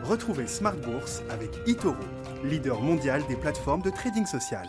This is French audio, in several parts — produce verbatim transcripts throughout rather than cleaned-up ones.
Retrouvez Smart Bourse avec eToro, leader mondial des plateformes de trading social.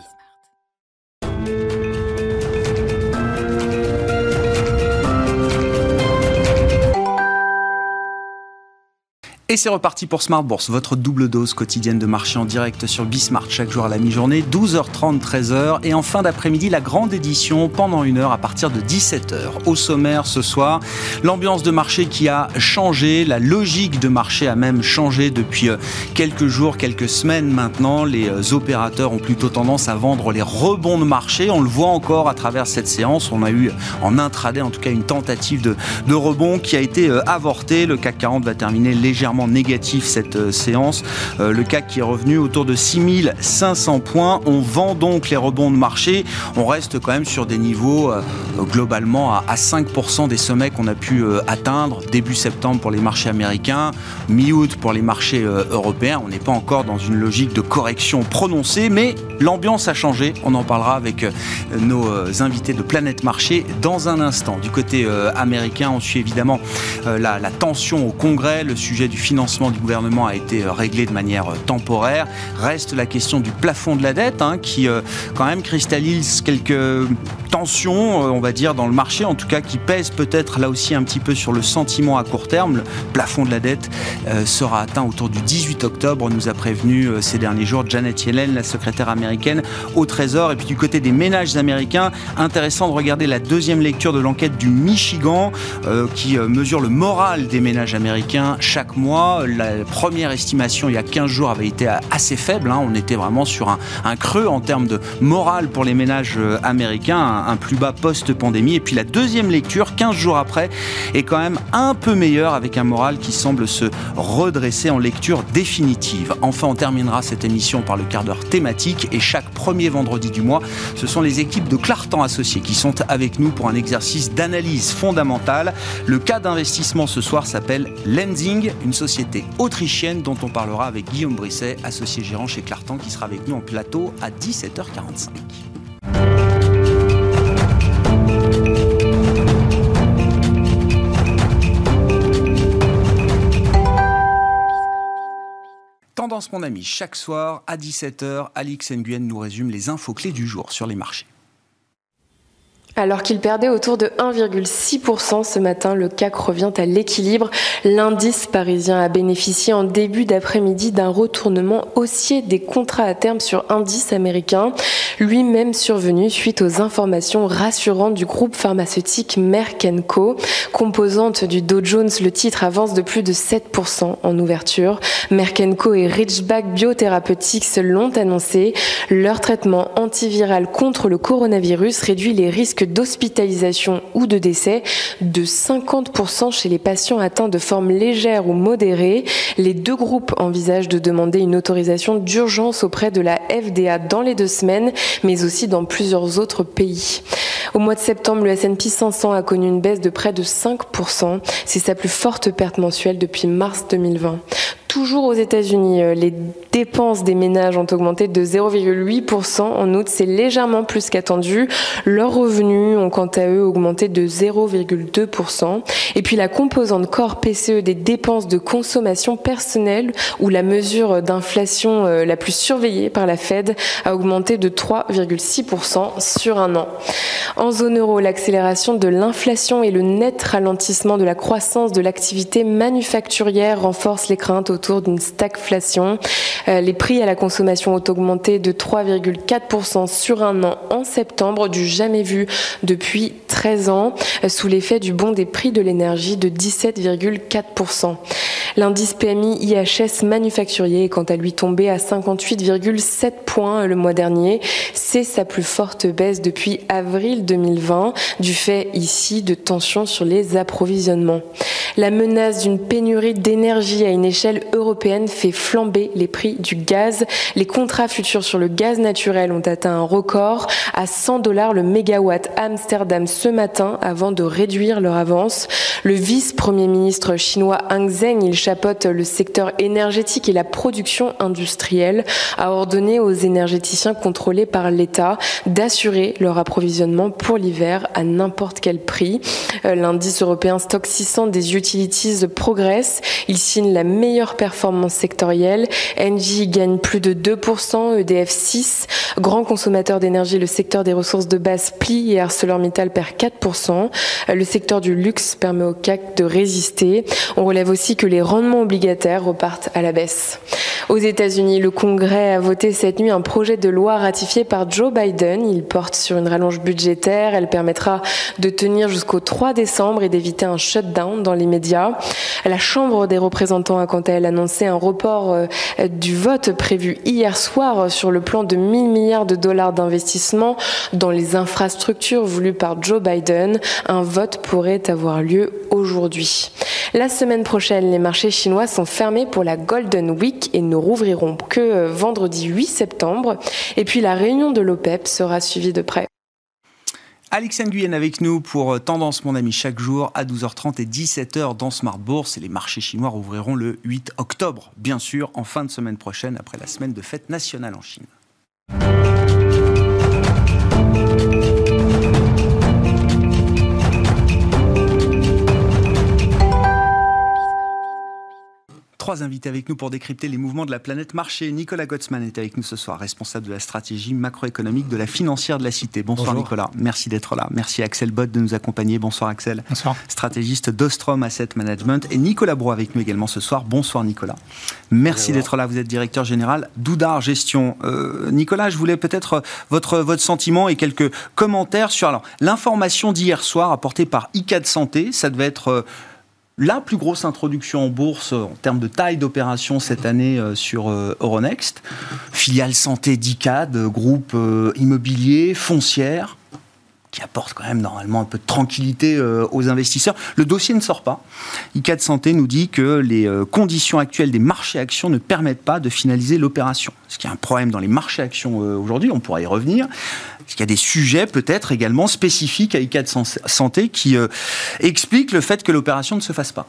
Et c'est reparti pour Smart Bourse, votre double dose quotidienne de marché en direct sur Bismart, chaque jour à la mi-journée, douze heures trente, treize heures. Et en fin d'après-midi, la grande édition pendant une heure à partir de dix-sept heures. Au sommaire ce soir, l'ambiance de marché qui a changé, la logique de marché a même changé depuis quelques jours, quelques semaines maintenant. Les opérateurs ont plutôt tendance à vendre les rebonds de marché. On le voit encore à travers cette séance. On a eu en intraday en tout cas une tentative de, de rebond qui a été avortée. Le C A C quarante va terminer légèrement négatif cette euh, séance. Euh, le C A C qui est revenu autour de six mille cinq cents points. On vend donc les rebonds de marché. On reste quand même sur des niveaux euh, globalement à, à cinq pour cent des sommets qu'on a pu euh, atteindre début septembre pour les marchés américains, mi-août pour les marchés euh, européens. On n'est pas encore dans une logique de correction prononcée, mais l'ambiance a changé. On en parlera avec euh, nos euh, invités de Planète Marché dans un instant. Du côté euh, américain, on suit évidemment euh, la, la tension au Congrès. Le sujet du financement du gouvernement a été réglé de manière temporaire. Reste la question du plafond de la dette hein, qui euh, quand même cristallise quelques tensions, euh, on va dire, dans le marché, en tout cas qui pèse peut-être là aussi un petit peu sur le sentiment à court terme. Le plafond de la dette euh, sera atteint autour du dix-huit octobre, nous a prévenu euh, ces derniers jours Janet Yellen, la secrétaire américaine au Trésor. Et puis du côté des ménages américains, intéressant de regarder la deuxième lecture de l'enquête du Michigan euh, qui euh, mesure le moral des ménages américains chaque mois. La première estimation il y a quinze jours avait été assez faible, hein. On était vraiment sur un, un creux en termes de morale pour les ménages américains, un, un plus bas post-pandémie. Et puis la deuxième lecture, quinze jours après, est quand même un peu meilleure avec un moral qui semble se redresser en lecture définitive. Enfin, on terminera cette émission par le quart d'heure thématique et chaque premier vendredi du mois, ce sont les équipes de Clartan Associés qui sont avec nous pour un exercice d'analyse fondamentale. Le cas d'investissement ce soir s'appelle Lenzing, une société autrichienne dont on parlera avec Guillaume Brisset, associé gérant chez Clartan, qui sera avec nous en plateau à dix-sept heures quarante-cinq. Tendance mon ami, chaque soir à dix-sept heures, Alix Nguyen nous résume les infos clés du jour sur les marchés. Alors qu'il perdait autour de un virgule six pour cent ce matin, le C A C revient à l'équilibre. L'indice parisien a bénéficié en début d'après-midi d'un retournement haussier des contrats à terme sur indice américain, lui-même survenu suite aux informations rassurantes du groupe pharmaceutique Merck and Co. Composante du Dow Jones, le titre avance de plus de sept pour cent en ouverture. Merck and Co et Ridgeback Biotherapeutics l'ont annoncé. Leur traitement antiviral contre le coronavirus réduit les risques d'hospitalisation ou de décès de cinquante pour cent chez les patients atteints de formes légères ou modérées. Les deux groupes envisagent de demander une autorisation d'urgence auprès de la F D A dans les deux semaines, mais aussi dans plusieurs autres pays. Au mois de septembre, le S and P cinq cents a connu une baisse de près de cinq pour cent. C'est sa plus forte perte mensuelle depuis mars deux mille vingt. Toujours aux États-Unis, les dépenses des ménages ont augmenté de zéro virgule huit pour cent en août. C'est légèrement plus qu'attendu. Leurs revenus ont quant à eux augmenté de zéro virgule deux pour cent. Et puis la composante Core P C E des dépenses de consommation personnelle, ou la mesure d'inflation la plus surveillée par la Fed, a augmenté de trois virgule six pour cent sur un an. En zone euro, l'accélération de l'inflation et le net ralentissement de la croissance de l'activité manufacturière renforcent les craintes autour d'une stagflation. Euh, les prix à la consommation ont augmenté de trois virgule quatre pour cent sur un an en septembre, du jamais vu depuis treize ans, euh, sous l'effet du bond des prix de l'énergie de dix-sept virgule quatre pour cent. L'indice P M I I H S manufacturier est quant à lui tombé à cinquante-huit virgule sept points le mois dernier. C'est sa plus forte baisse depuis avril deux mille vingt, du fait ici de tensions sur les approvisionnements. La menace d'une pénurie d'énergie à une échelle européenne fait flamber les prix du gaz. Les contrats futurs sur le gaz naturel ont atteint un record à cent dollars le mégawatt à Amsterdam ce matin avant de réduire leur avance. Le vice-premier ministre chinois Hang Zheng, il chapeaute le secteur énergétique et la production industrielle, a ordonné aux énergéticiens contrôlés par l'État d'assurer leur approvisionnement pour l'hiver à n'importe quel prix. L'indice européen Stoxx six cents des utilities progresse. Il signe la meilleure performance sectorielle. Engie gagne plus de deux pour cent, E D F six. Grand consommateur d'énergie, le secteur des ressources de base plie et ArcelorMittal perd quatre pour cent. Le secteur du luxe permet au C A C de résister. On relève aussi que les rendements obligataires repartent à la baisse. Aux États-Unis, le Congrès a voté cette nuit un projet de loi ratifié par Joe Biden. Il porte sur une rallonge budgétaire. Elle permettra de tenir jusqu'au trois décembre et d'éviter un shutdown dans les médias. La Chambre des représentants a quant à elle annoncé un report du vote prévu hier soir sur le plan de mille milliards de dollars d'investissement dans les infrastructures voulues par Joe Biden. Un vote pourrait avoir lieu aujourd'hui. La semaine prochaine, les marchés chinois sont fermés pour la Golden Week et ne rouvriront que vendredi huit septembre. Et puis la réunion de l'OPEP sera suivie de près. Alix Nguyen avec nous pour Tendance, mon ami, chaque jour à douze heures trente et dix-sept heures dans Smart Bourse. Et les marchés chinois rouvriront le huit octobre, bien sûr, en fin de semaine prochaine, après la semaine de fête nationale en Chine. Trois invités avec nous pour décrypter les mouvements de la planète marché. Nicolas Gottsman est avec nous ce soir, responsable de la stratégie macroéconomique de la financière de la Cité. Bonsoir. Bonjour. Nicolas, merci d'être là. Merci à Axel Bott de nous accompagner. Bonsoir Axel. Bonsoir. Stratégiste d'Ostrom Asset Management. Et Nicolas Brault avec nous également ce soir. Bonsoir Nicolas. Merci Bonjour. D'être là. Vous êtes directeur général d'Oudart Gestion. Euh, Nicolas, je voulais peut-être votre, votre sentiment et quelques commentaires sur alors, l'information d'hier soir apportée par I C A D Santé. Ça devait être... Euh, la plus grosse introduction en bourse en termes de taille d'opération cette année sur Euronext. Filiale santé d'I C A D, groupe immobilier, foncière, qui apporte quand même normalement un peu de tranquillité aux investisseurs. Le dossier ne sort pas. I C A D Santé nous dit que les conditions actuelles des marchés actions ne permettent pas de finaliser l'opération. Est-ce qu'il y a un problème dans les marchés actions aujourd'hui ? On pourra y revenir. Est-ce qu'il y a des sujets peut-être également spécifiques à I C A D Santé qui euh, expliquent le fait que l'opération ne se fasse pas ?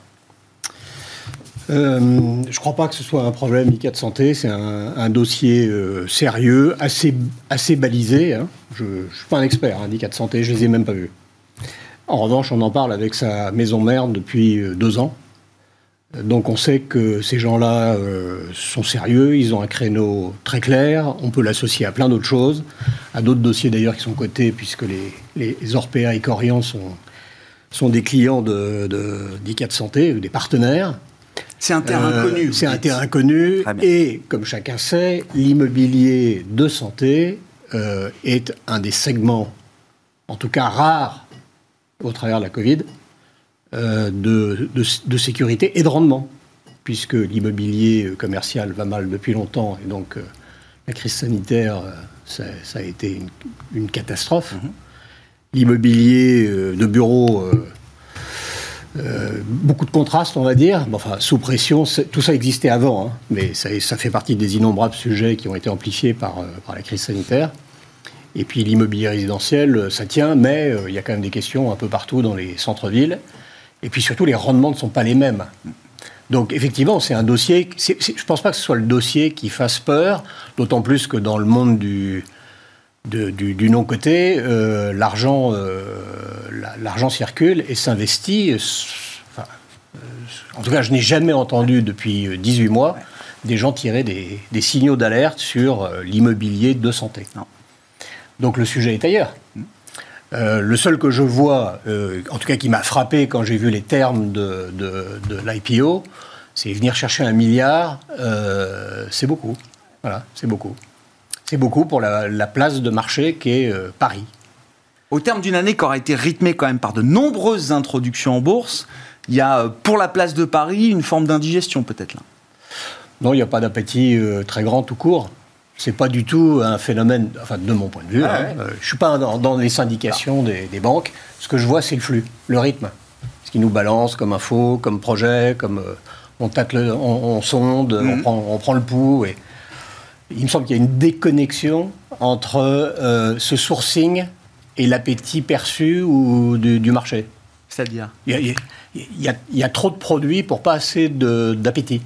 euh, Je ne crois pas que ce soit un problème I C A D Santé. C'est un, un dossier euh, sérieux, assez, assez balisé. Hein. Je ne suis pas un expert hein, d'I C A D Santé, je ne les ai même pas vus. En revanche, on en parle avec sa maison mère depuis euh, deux ans. Donc on sait que ces gens-là euh, sont sérieux, ils ont un créneau très clair, on peut l'associer à plein d'autres choses, à d'autres dossiers d'ailleurs qui sont cotés, puisque les, les Orpea et Corian sont, sont des clients de, de, d'I C A D Santé, des partenaires. C'est un terrain euh, connu. C'est un terrain connu, et comme chacun sait, l'immobilier de santé euh, est un des segments, en tout cas rares, au travers de la Covid, Euh, de, de, de sécurité et de rendement, puisque l'immobilier commercial va mal depuis longtemps, et donc euh, la crise sanitaire, euh, ça, ça a été une, une catastrophe. Mmh. L'immobilier euh, de bureau, euh, euh, beaucoup de contrastes, on va dire, enfin, sous pression, tout ça existait avant, hein, mais ça, ça fait partie des innombrables sujets qui ont été amplifiés par, euh, par la crise sanitaire. Et puis l'immobilier résidentiel, ça tient, mais il euh, y a quand même des questions un peu partout dans les centres-villes. Et puis surtout, les rendements ne sont pas les mêmes. Donc effectivement, c'est un dossier... C'est, c'est, je ne pense pas que ce soit le dossier qui fasse peur, d'autant plus que dans le monde du, de, du, du non-coté, euh, l'argent, euh, l'argent circule et s'investit. Euh, enfin, euh, en tout cas, je n'ai jamais entendu depuis dix-huit mois des gens tirer des, des signaux d'alerte sur euh, l'immobilier de santé. Non. Donc le sujet est ailleurs. Euh, le seul que je vois, euh, en tout cas qui m'a frappé quand j'ai vu les termes de, de, de l'I P O, c'est venir chercher un milliard, euh, c'est beaucoup. Voilà, c'est beaucoup. C'est beaucoup pour la, la place de marché qu'est euh, Paris. Au terme d'une année qui aura été rythmée quand même par de nombreuses introductions en bourse, il y a pour la place de Paris une forme d'indigestion peut-être là. Non, il n'y a pas d'appétit euh, très grand tout court. C'est pas du tout un phénomène, enfin de mon point de vue, ah ouais. hein, euh, je suis pas dans, dans les syndications des, des banques. Ce que je vois, c'est le flux, le rythme. Ce qui nous balance comme info, comme projet, comme euh, on tâte, le, on, on sonde, mmh. on, prend, on prend le pouls. Et il me semble qu'il y a une déconnexion entre euh, ce sourcing et l'appétit perçu ou du, du marché. C'est-à-dire il y, a, il, y a, il y a trop de produits pour pas assez de, d'appétit.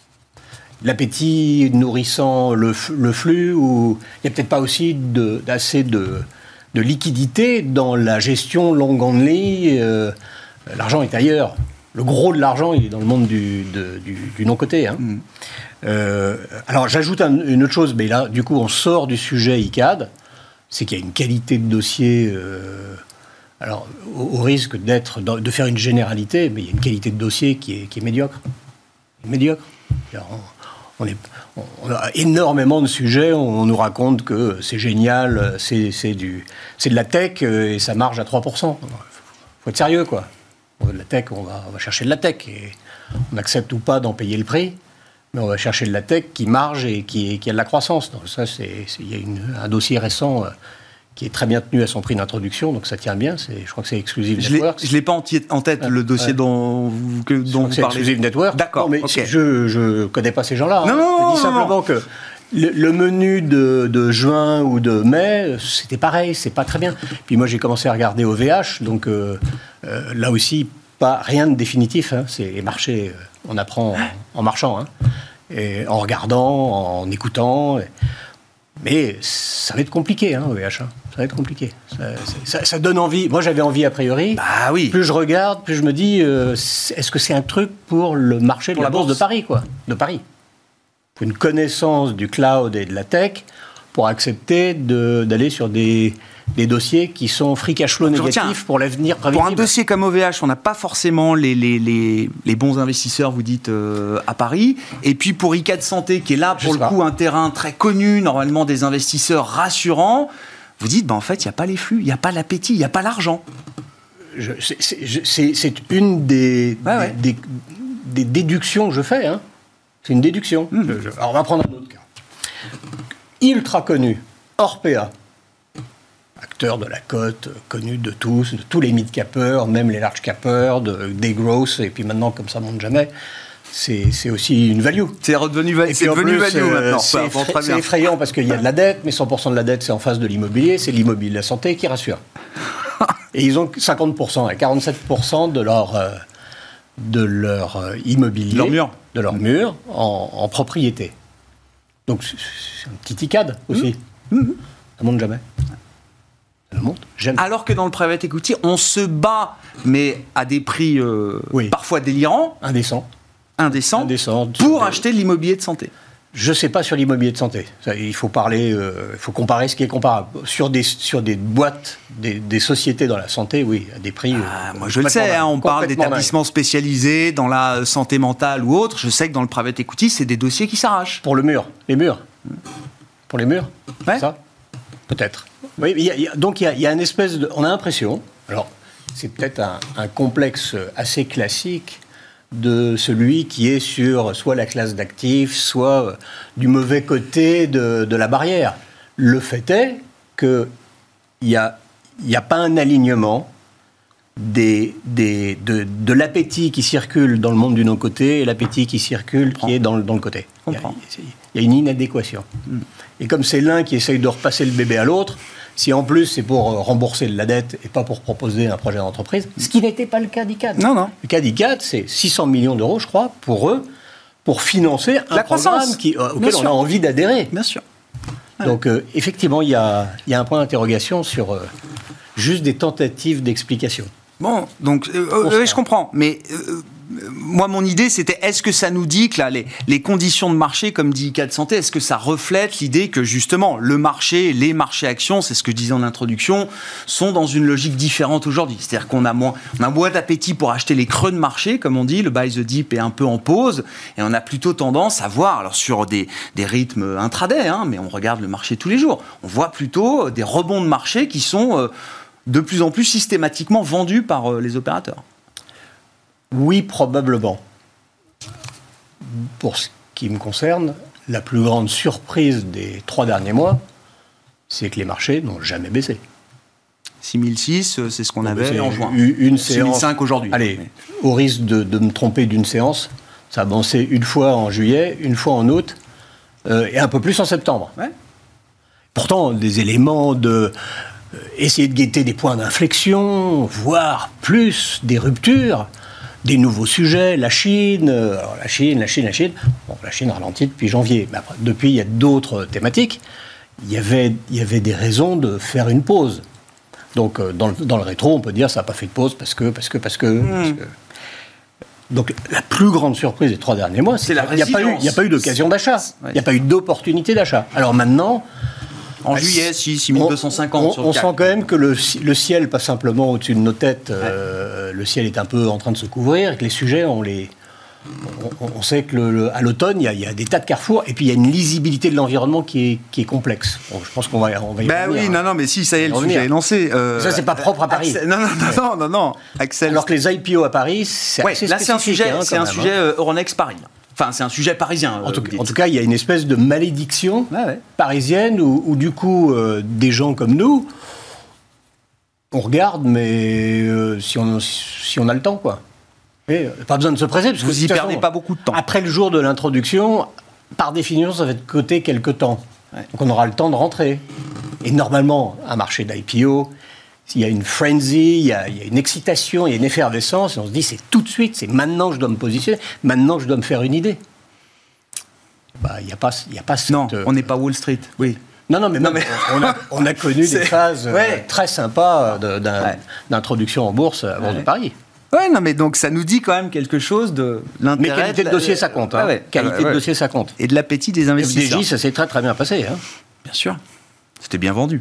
L'appétit nourrissant le, le flux, ou il n'y a peut-être pas aussi de, assez de, de liquidité dans la gestion long only. Euh, l'argent est ailleurs. Le gros de l'argent, il est dans le monde du, de, du, du non-coté. Hein. Mmh. Euh, alors, j'ajoute un, une autre chose, mais là, du coup, on sort du sujet I C A D. C'est qu'il y a une qualité de dossier, euh, alors, au, au risque d'être, de faire une généralité, mais il y a une qualité de dossier qui est, qui est médiocre. Médiocre. Alors, on, on, est, on a énormément de sujets où on nous raconte que c'est génial, c'est, c'est, du, c'est de la tech et ça marche à trois pour cent. Il faut être sérieux, quoi. De la tech, on va, on va chercher de la tech. Et on accepte ou pas d'en payer le prix, mais on va chercher de la tech qui marge et qui, qui a de la croissance. Donc ça, c'est, c'est, il y a une, un dossier récent euh, qui est très bien tenu à son prix d'introduction, donc ça tient bien. C'est, je crois que c'est Exclusive je Networks. Je ne l'ai pas en, t- en tête, ouais, le dossier ouais. dont vous, que, dont vous c'est parlez. Exclusive Networks. D'accord. Non, mais okay. je ne connais pas ces gens-là. Non, hein. non, je non, dis simplement non. que le, le menu de, de juin ou de mai, c'était pareil, c'est pas très bien. Puis moi, j'ai commencé à regarder O V H, donc euh, euh, là aussi, pas rien de définitif. Hein. C'est les marchés, euh, on apprend en, en marchant, hein. Et en regardant, en écoutant. Et... Mais ça va être compliqué, hein, O V H. Hein. Ça va être compliqué. Ça, ça, ça donne envie. Moi, j'avais envie a priori. Bah oui. Plus je regarde, plus je me dis, euh, est-ce que c'est un truc pour le marché de pour la, la bourse, bourse de Paris, quoi, de Paris. Il faut une connaissance du cloud et de la tech pour accepter de, d'aller sur des, des dossiers qui sont free cash flow négatifs tiens, pour l'avenir prévisible. Pour un dossier comme O V H, on n'a pas forcément les, les, les, les bons investisseurs, vous dites, euh, à Paris. Et puis pour I C A D Santé, qui est là, pour Je le coup, pas. un terrain très connu, normalement des investisseurs rassurants, vous dites, ben, en fait, il n'y a pas les flux, il n'y a pas l'appétit, il n'y a pas l'argent. Je, c'est, c'est, c'est, c'est une des, ouais, ouais. Des, des, des déductions que je fais. Hein. C'est une déduction. Mmh. Je, je, alors, on va prendre un autre cas. Ultra connu, Orpea. Acteur de la cote, connu de tous, de tous les mid-capers, même les large-capers, de, des growth, et puis maintenant, comme ça ne monte jamais, c'est, c'est aussi une value. C'est redevenu va- c'est devenu plus, value euh, maintenant. C'est, effra- c'est effrayant parce qu'il y a de la dette, mais cent pour cent de la dette, c'est en face de l'immobilier, c'est l'immobilier de la santé qui rassure. Et ils ont cinquante pour cent et quarante-sept pour cent de leur, euh, de leur euh, immobilier, leur mur. de leur mur, en, en propriété. Donc c'est, c'est un petit I C A D aussi. Mmh. Mmh. Ça monte jamais. Monte, Alors que dans le private equity, on se bat, mais à des prix euh, oui. parfois délirants. Indécents. Indécents. Indécents. Pour des... acheter de l'immobilier de santé. Je ne sais pas sur l'immobilier de santé. Ça, il faut parler, euh, il faut comparer ce qui est comparable. Sur des, sur des boîtes, des, des sociétés dans la santé, oui, à des prix... Ah, euh, moi je le sais, hein, on parle d'établissements dingue. spécialisés dans la santé mentale ou autre. Je sais que dans le private equity, c'est des dossiers qui s'arrachent. Pour le mur. Les murs. Pour les murs. Ouais. Ça peut-être. Oui, il y a, il y a, donc il y, a, il y a une espèce de... On a l'impression, alors c'est peut-être un, un complexe assez classique de celui qui est sur soit la classe d'actifs, soit du mauvais côté de, de la barrière. Le fait est qu'il n'y a, il a pas un alignement des, des, de, de l'appétit qui circule dans le monde du non-côté et l'appétit qui circule qui est dans, dans le côté. Il y, a, il y a une inadéquation. Mm. Et comme c'est l'un qui essaye de repasser le bébé à l'autre, si en plus c'est pour rembourser de la dette et pas pour proposer un projet d'entreprise, ce qui n'était pas le cas d'I C A D. Non, non. Le cas d'I C A D, c'est six cents millions d'euros, je crois, pour eux, pour financer un la programme qui, euh, auquel on a envie d'adhérer. Bien sûr. Ouais. Donc, euh, effectivement, il y a, y a un point d'interrogation sur euh, juste des tentatives d'explication. Bon, donc, euh, euh, je comprends, mais... Euh, moi, mon idée, c'était, est-ce que ça nous dit que là, les, les conditions de marché, comme dit I C A D Santé, est-ce que ça reflète l'idée que, justement, le marché, les marchés actions, c'est ce que je disais en introduction, sont dans une logique différente aujourd'hui. C'est-à-dire qu'on a moins, on a moins d'appétit pour acheter les creux de marché, comme on dit, le buy the dip est un peu en pause, et on a plutôt tendance à voir, alors sur des, des rythmes intraday, hein, mais on regarde le marché tous les jours, on voit plutôt des rebonds de marché qui sont euh, de plus en plus systématiquement vendus par euh, les opérateurs. Oui, probablement. Pour ce qui me concerne, la plus grande surprise des trois derniers mois, c'est que les marchés n'ont jamais baissé. six mille six, c'est ce qu'on avait en juin. Une six mille cinq aujourd'hui. Allez, mais... au risque de, de me tromper d'une séance, ça a avancé une fois en juillet, une fois en août, euh, et un peu plus en septembre. Ouais. Pourtant, des éléments de... essayer de guetter des points d'inflexion, voire plus des ruptures, des nouveaux sujets, la Chine, alors la Chine, la Chine, la Chine. Bon, la Chine ralentit depuis janvier. Mais après, depuis, il y a d'autres thématiques. Il y avait, il y avait des raisons de faire une pause. Donc, dans le, dans le rétro, on peut dire ça n'a pas fait de pause parce que, parce que, parce que... Mmh. Parce que... Donc, la plus grande surprise des trois derniers mois, c'est qu'il n'y a pas eu, il n'y a pas eu d'occasion d'achat. Il n'y a pas eu d'opportunité d'achat. Alors maintenant... En bah, juillet, si, six mille deux cent cinquante on, sur le on C A C. sent quand même que le, le ciel, pas simplement au-dessus de nos têtes, ouais. euh, le ciel est un peu en train de se couvrir, et que les sujets, on les... On, on sait que le, le, à l'automne, il y, y a des tas de carrefours, et puis il y a une lisibilité de l'environnement qui est, qui est complexe. Bon, je pense qu'on va, on va y bah revenir. Oui, non, non, mais si, ça y est, le sujet est lancé. Euh, ça, c'est pas propre à Paris. Axel, non, non, non, non, non, non, Axel. Alors que les I P O à Paris, c'est ouais, assez là, c'est un sujet, hein, c'est un même, sujet hein. euh, Euronext Paris. Enfin, c'est un sujet parisien. En tout, en tout cas, il y a une espèce de malédiction ouais, ouais. parisienne où, où, du coup, euh, des gens comme nous, on regarde, mais euh, si, on, si on a le temps, quoi. Et, pas besoin de se presser. Parce Vous que, n'y perdez pas beaucoup de temps. Après le jour de l'introduction, par définition, ça va être coté quelque temps. Ouais. Donc on aura le temps de rentrer. Et normalement, un marché d'I P O, il y a une frenzy, il y a, il y a une excitation, il y a une effervescence, et on se dit c'est tout de suite, c'est maintenant que je dois me positionner, maintenant que je dois me faire une idée. Bah, il n'y a pas, il y a pas cette... Non, on n'est pas Wall Street, oui. Non, non, mais, non, mais... On, a, on a connu des phases ouais. euh, très sympas de, d'un, ouais. d'introduction en bourse à la Bourse ouais. de Paris. Ouais, non, mais donc ça nous dit quand même quelque chose de l'intérêt. Mais qualité de, de dossier, ça compte. Hein. Ah ouais. Qualité ouais, ouais. de dossier, ça compte. Et de l'appétit des investisseurs. F D J, ça s'est très très bien passé. Hein. Bien sûr. C'était bien vendu.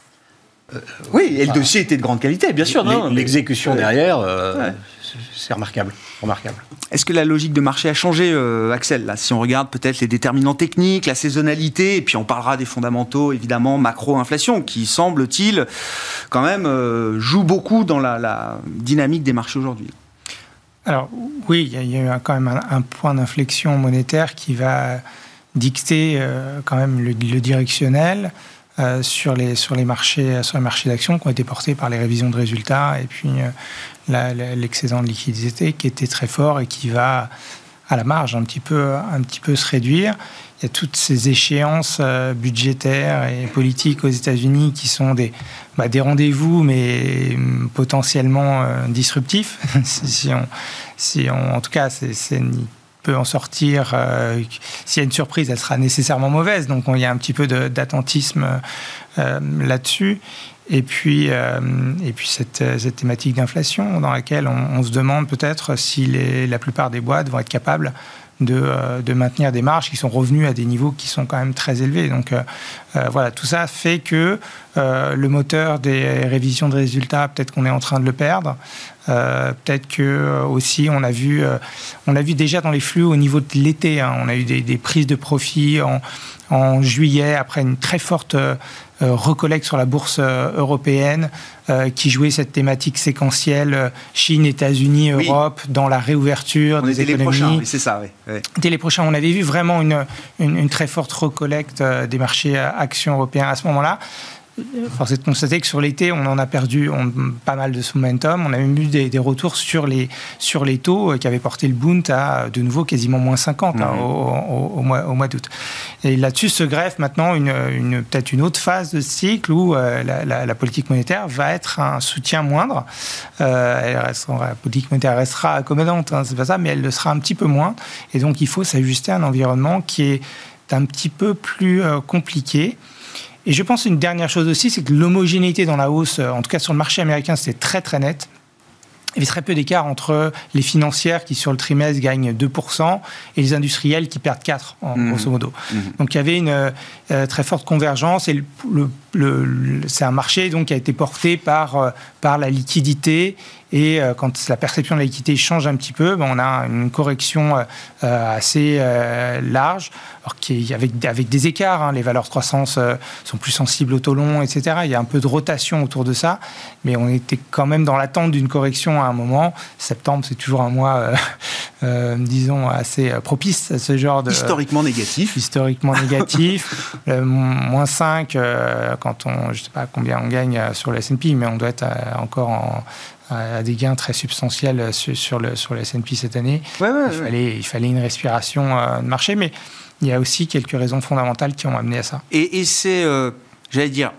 Euh, oui, et le ah. dossier était de grande qualité, bien sûr. Non, l'exécution mais... derrière, euh, ouais. c'est remarquable, remarquable. Est-ce que la logique de marché a changé, euh, Axel là, si on regarde peut-être les déterminants techniques, la saisonnalité, et puis on parlera des fondamentaux, évidemment, macro-inflation, qui, semble-t-il, quand même, euh, joue beaucoup dans la, la dynamique des marchés aujourd'hui. Alors, oui, il y, y a eu quand même un, un point d'inflexion monétaire qui va dicter euh, quand même le, le directionnel. Euh, sur, les, sur, les marchés, sur les marchés d'actions qui ont été portés par les révisions de résultats et puis euh, la, la, l'excédent de liquidité qui était très fort et qui va à la marge un petit peu, un petit peu se réduire. Il y a toutes ces échéances euh, budgétaires et politiques aux États-Unis qui sont des, bah, des rendez-vous mais potentiellement euh, disruptifs. si on, si on, en tout cas, c'est... c'est peut en sortir. Euh, s'il y a une surprise, elle sera nécessairement mauvaise. Donc, il y a un petit peu de, d'attentisme euh, là-dessus. Et puis, euh, et puis cette, cette thématique d'inflation dans laquelle on, on se demande peut-être si les, la plupart des boîtes vont être capables de, euh, de maintenir des marges qui sont revenues à des niveaux qui sont quand même très élevés. Donc, euh, euh, voilà, tout ça fait que euh, le moteur des révisions de résultats, peut-être qu'on est en train de le perdre. Euh, peut-être que euh, aussi on a vu, euh, on a vu déjà dans les flux au niveau de l'été, hein, on a eu des, des prises de profit en, en juillet après une très forte euh, recollecte sur la bourse euh, européenne euh, qui jouait cette thématique séquentielle euh, Chine, États-Unis, Europe oui. dans la réouverture on des économies. Les prochains, oui, c'est ça, oui. oui. Dès les prochains, on avait vu vraiment une, une, une très forte recollecte euh, des marchés euh, actions européens à ce moment-là. Force est de constater que sur l'été, on en a perdu on, pas mal de ce momentum. On a même eu des, des retours sur les, sur les taux qui avaient porté le Bund à de nouveau quasiment moins cinquante mmh. hein, au, au, au, mois, au mois d'août. Et là-dessus se greffe maintenant une, une, peut-être une autre phase de cycle où euh, la, la, la politique monétaire va être un soutien moindre. Euh, elle restera, la politique monétaire restera accommodante, hein, c'est pas ça, mais elle le sera un petit peu moins. Et donc il faut s'ajuster à un environnement qui est un petit peu plus euh, compliqué. Et je pense une dernière chose aussi, c'est que l'homogénéité dans la hausse, en tout cas sur le marché américain, c'était très très net. Il y avait très peu d'écart entre les financières qui, sur le trimestre, gagnent deux pour cent et les industriels qui perdent quatre pour cent, mmh. grosso modo. Mmh. Donc, il y avait une euh, très forte convergence et le, le, le, le, c'est un marché donc, qui a été porté par, euh, par la liquidité. Et euh, quand la perception de la liquidité change un petit peu, ben, on a une correction euh, assez euh, large, alors qui, avec, avec des écarts. Hein, les valeurs de croissance euh, sont plus sensibles au taux long, et cetera. Il y a un peu de rotation autour de ça, mais on était quand même dans l'attente d'une correction à un moment. Septembre, c'est toujours un mois, euh, euh, disons, assez propice à ce genre de... Historiquement négatif. Historiquement négatif. Le moins cinq, euh, quand on... Je ne sais pas combien on gagne sur le S and P, mais on doit être euh, encore en... à des gains très substantiels sur, sur, le, sur le S and P cette année. Ouais, ouais, il, ouais. fallait, il fallait une respiration euh, de marché, mais il y a aussi quelques raisons fondamentales qui ont amené à ça. Et, et c'est, euh, j'allais dire,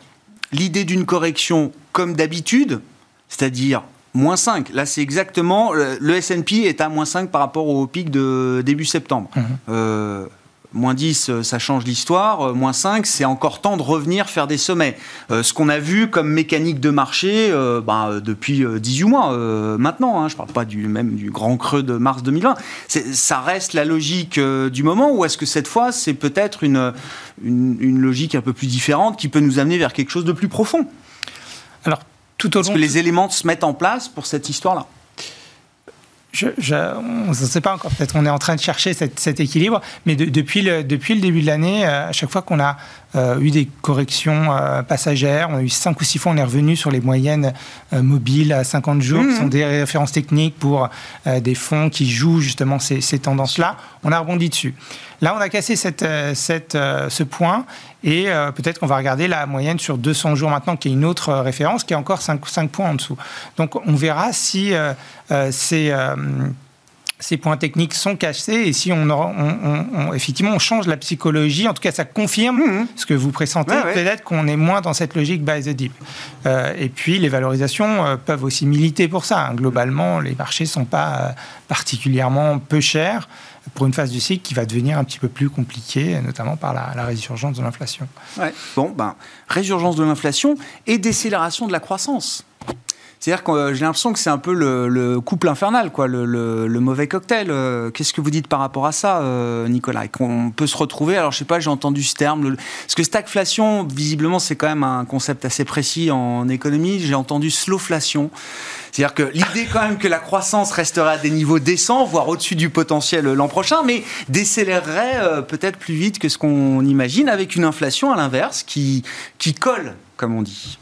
l'idée d'une correction comme d'habitude, c'est-à-dire moins cinq. Là, c'est exactement... Le S and P est à moins cinq par rapport au pic de début septembre. Mmh. Euh, moins dix, ça change l'histoire. Moins cinq, c'est encore temps de revenir faire des sommets. Euh, ce qu'on a vu comme mécanique de marché euh, bah, depuis dix-huit mois euh, maintenant. Hein, je ne parle pas du, même du grand creux de mars deux mille vingt. C'est, ça reste la logique euh, du moment, ou est-ce que cette fois, c'est peut-être une, une, une logique un peu plus différente qui peut nous amener vers quelque chose de plus profond? Alors, tout au long... Est-ce que les éléments se mettent en place pour cette histoire-là? Je, je, on ne sait pas encore, peut-être qu'on est en train de chercher cette, cet équilibre, mais de, depuis, le, depuis le début de l'année, à chaque fois qu'on a euh, eu des corrections euh, passagères, on a eu cinq ou six fois, on est revenu sur les moyennes euh, mobiles à cinquante jours, mmh. qui sont des références techniques pour euh, des fonds qui jouent justement ces, ces tendances-là. On a rebondi dessus. Là, on a cassé cette, cette, euh, ce point, et euh, peut-être qu'on va regarder la moyenne sur deux cents jours maintenant, qui est une autre référence, qui est encore cinq, cinq points en dessous. Donc, on verra si euh, euh, ces, euh, ces points techniques sont cassés, et si on, on, on, on, effectivement, on change la psychologie. En tout cas, ça confirme mmh. ce que vous pressentez, ouais, peut-être ouais. qu'on est moins dans cette logique buy the dip. Euh, et puis, les valorisations euh, peuvent aussi militer pour ça. Hein. Globalement, les marchés ne sont pas euh, particulièrement peu chers pour une phase du cycle qui va devenir un petit peu plus compliquée, notamment par la, la résurgence de l'inflation. Ouais. Bon, ben, résurgence de l'inflation et décélération de la croissance. C'est-à-dire que euh, j'ai l'impression que c'est un peu le, le couple infernal, quoi, le, le, le mauvais cocktail. Euh, qu'est-ce que vous dites par rapport à ça, euh, Nicolas? Et qu'on peut se retrouver, alors je sais pas, j'ai entendu ce terme, le, parce que stagflation, visiblement, c'est quand même un concept assez précis en économie. J'ai entendu slowflation. C'est-à-dire que l'idée quand même que la croissance resterait à des niveaux décents, voire au-dessus du potentiel l'an prochain, mais décélérerait euh, peut-être plus vite que ce qu'on imagine, avec une inflation à l'inverse qui, qui colle, comme on dit.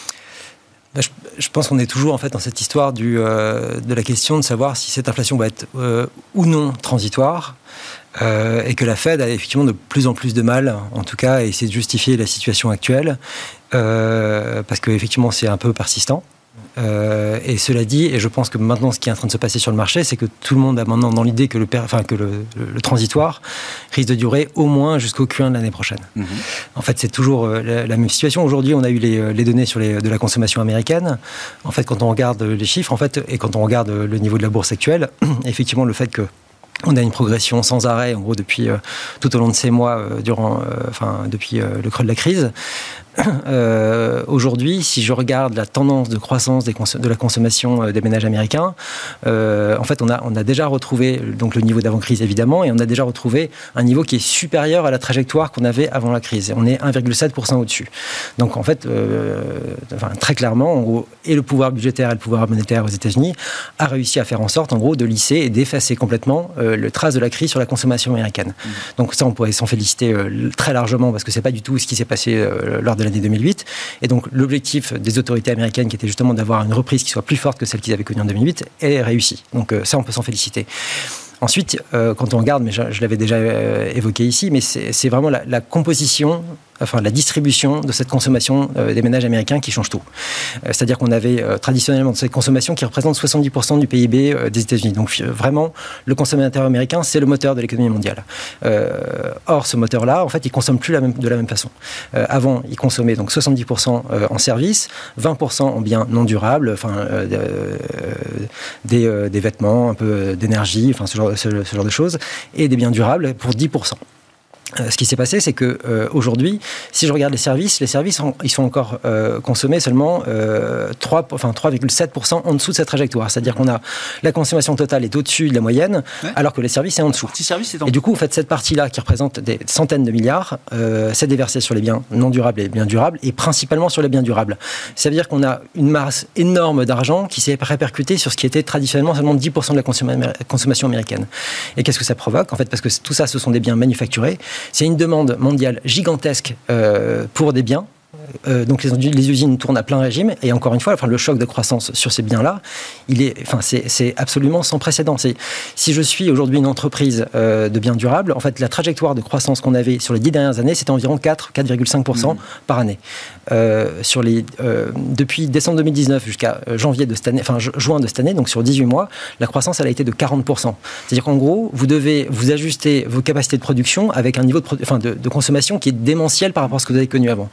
Je, je pense qu'on est toujours en fait dans cette histoire du, euh, de la question de savoir si cette inflation va être euh, ou non transitoire, euh, et que la Fed a effectivement de plus en plus de mal, en tout cas, à essayer de justifier la situation actuelle, euh, parce qu'effectivement c'est un peu persistant. Euh, et cela dit, et je pense que maintenant ce qui est en train de se passer sur le marché, c'est que tout le monde a maintenant dans l'idée que le, enfin, que le, le, le transitoire risque de durer au moins jusqu'au Q un de l'année prochaine. Mmh. En fait, c'est toujours euh, la, la même situation. Aujourd'hui, on a eu les, les données sur les, de la consommation américaine. En fait, quand on regarde les chiffres, en fait, et quand on regarde le niveau de la bourse actuelle, effectivement, le fait que on a une progression sans arrêt, en gros, depuis euh, tout au long de ces mois, euh, durant, euh, enfin, depuis euh, le creux de la crise. Euh, aujourd'hui, si je regarde la tendance de croissance des cons- de la consommation euh, des ménages américains, euh, en fait, on a, on a déjà retrouvé donc, le niveau d'avant-crise, évidemment, et on a déjà retrouvé un niveau qui est supérieur à la trajectoire qu'on avait avant la crise. On est un virgule sept pour cent au-dessus. Donc, en fait, euh, enfin, très clairement, en gros, et le pouvoir budgétaire et le pouvoir monétaire aux États-Unis a réussi à faire en sorte, en gros, de lisser et d'effacer complètement euh, le trace de la crise sur la consommation américaine. Mmh. Donc, ça, on pourrait s'en féliciter euh, très largement, parce que c'est pas du tout ce qui s'est passé euh, lors de de l'année deux mille huit. Et donc, l'objectif des autorités américaines, qui était justement d'avoir une reprise qui soit plus forte que celle qu'ils avaient connue en deux mille huit, est réussi. Donc, euh, ça, on peut s'en féliciter. Ensuite, euh, quand on regarde, mais je, je l'avais déjà euh, évoqué ici, mais c'est, c'est vraiment la, la composition, enfin la distribution de cette consommation euh, des ménages américains qui change tout. Euh, c'est-à-dire qu'on avait euh, traditionnellement cette consommation qui représente soixante-dix pour cent du P I B euh, des États-Unis. Donc euh, vraiment, le consommateur américain, c'est le moteur de l'économie mondiale. Euh, or, ce moteur-là, en fait, il consomme plus la même, de la même façon. Euh, avant, il consommait donc soixante-dix pour cent euh, en services, vingt pour cent en biens non durables, enfin euh, euh, des, euh, des vêtements, un peu d'énergie, enfin ce genre Ce, ce genre de choses, et des biens durables pour dix pour cent. Euh, ce qui s'est passé, c'est que euh, aujourd'hui, si je regarde les services, les services ont, ils sont encore euh, consommés seulement euh, trois, enfin, trois virgule sept pour cent en dessous de cette trajectoire. C'est-à-dire qu'on a la consommation totale est au-dessus de la moyenne, ouais. alors que les services est en dessous. Est en... Et du coup, en fait, cette partie-là qui représente des centaines de milliards, euh, c'est déversé sur les biens non durables et les biens durables, et principalement sur les biens durables. Ça veut dire qu'on a une masse énorme d'argent qui s'est répercutée sur ce qui était traditionnellement seulement dix pour cent de la consommation, consommation américaine. Et qu'est-ce que ça provoque ? En fait, parce que tout ça, ce sont des biens manufacturés. C'est une demande mondiale gigantesque euh, pour des biens. Euh, donc les, les usines tournent à plein régime, et encore une fois, enfin, le choc de croissance sur ces biens-là, il est, enfin, c'est, c'est absolument sans précédent. C'est, si je suis aujourd'hui une entreprise euh, de biens durables, en fait, la trajectoire de croissance qu'on avait sur les dix dernières années, c'était environ quatre, quatre virgule cinq pour cent mmh. par année. Euh, sur les, euh, depuis décembre deux mille dix-neuf jusqu'à janvier de cette année, enfin juin de cette année, donc sur dix-huit mois, la croissance elle a été de quarante pour cent. C'est-à-dire qu'en gros, vous devez vous ajuster vos capacités de production avec un niveau de, produ- enfin, de, de consommation qui est démentiel par rapport à ce que vous avez connu avant. Donc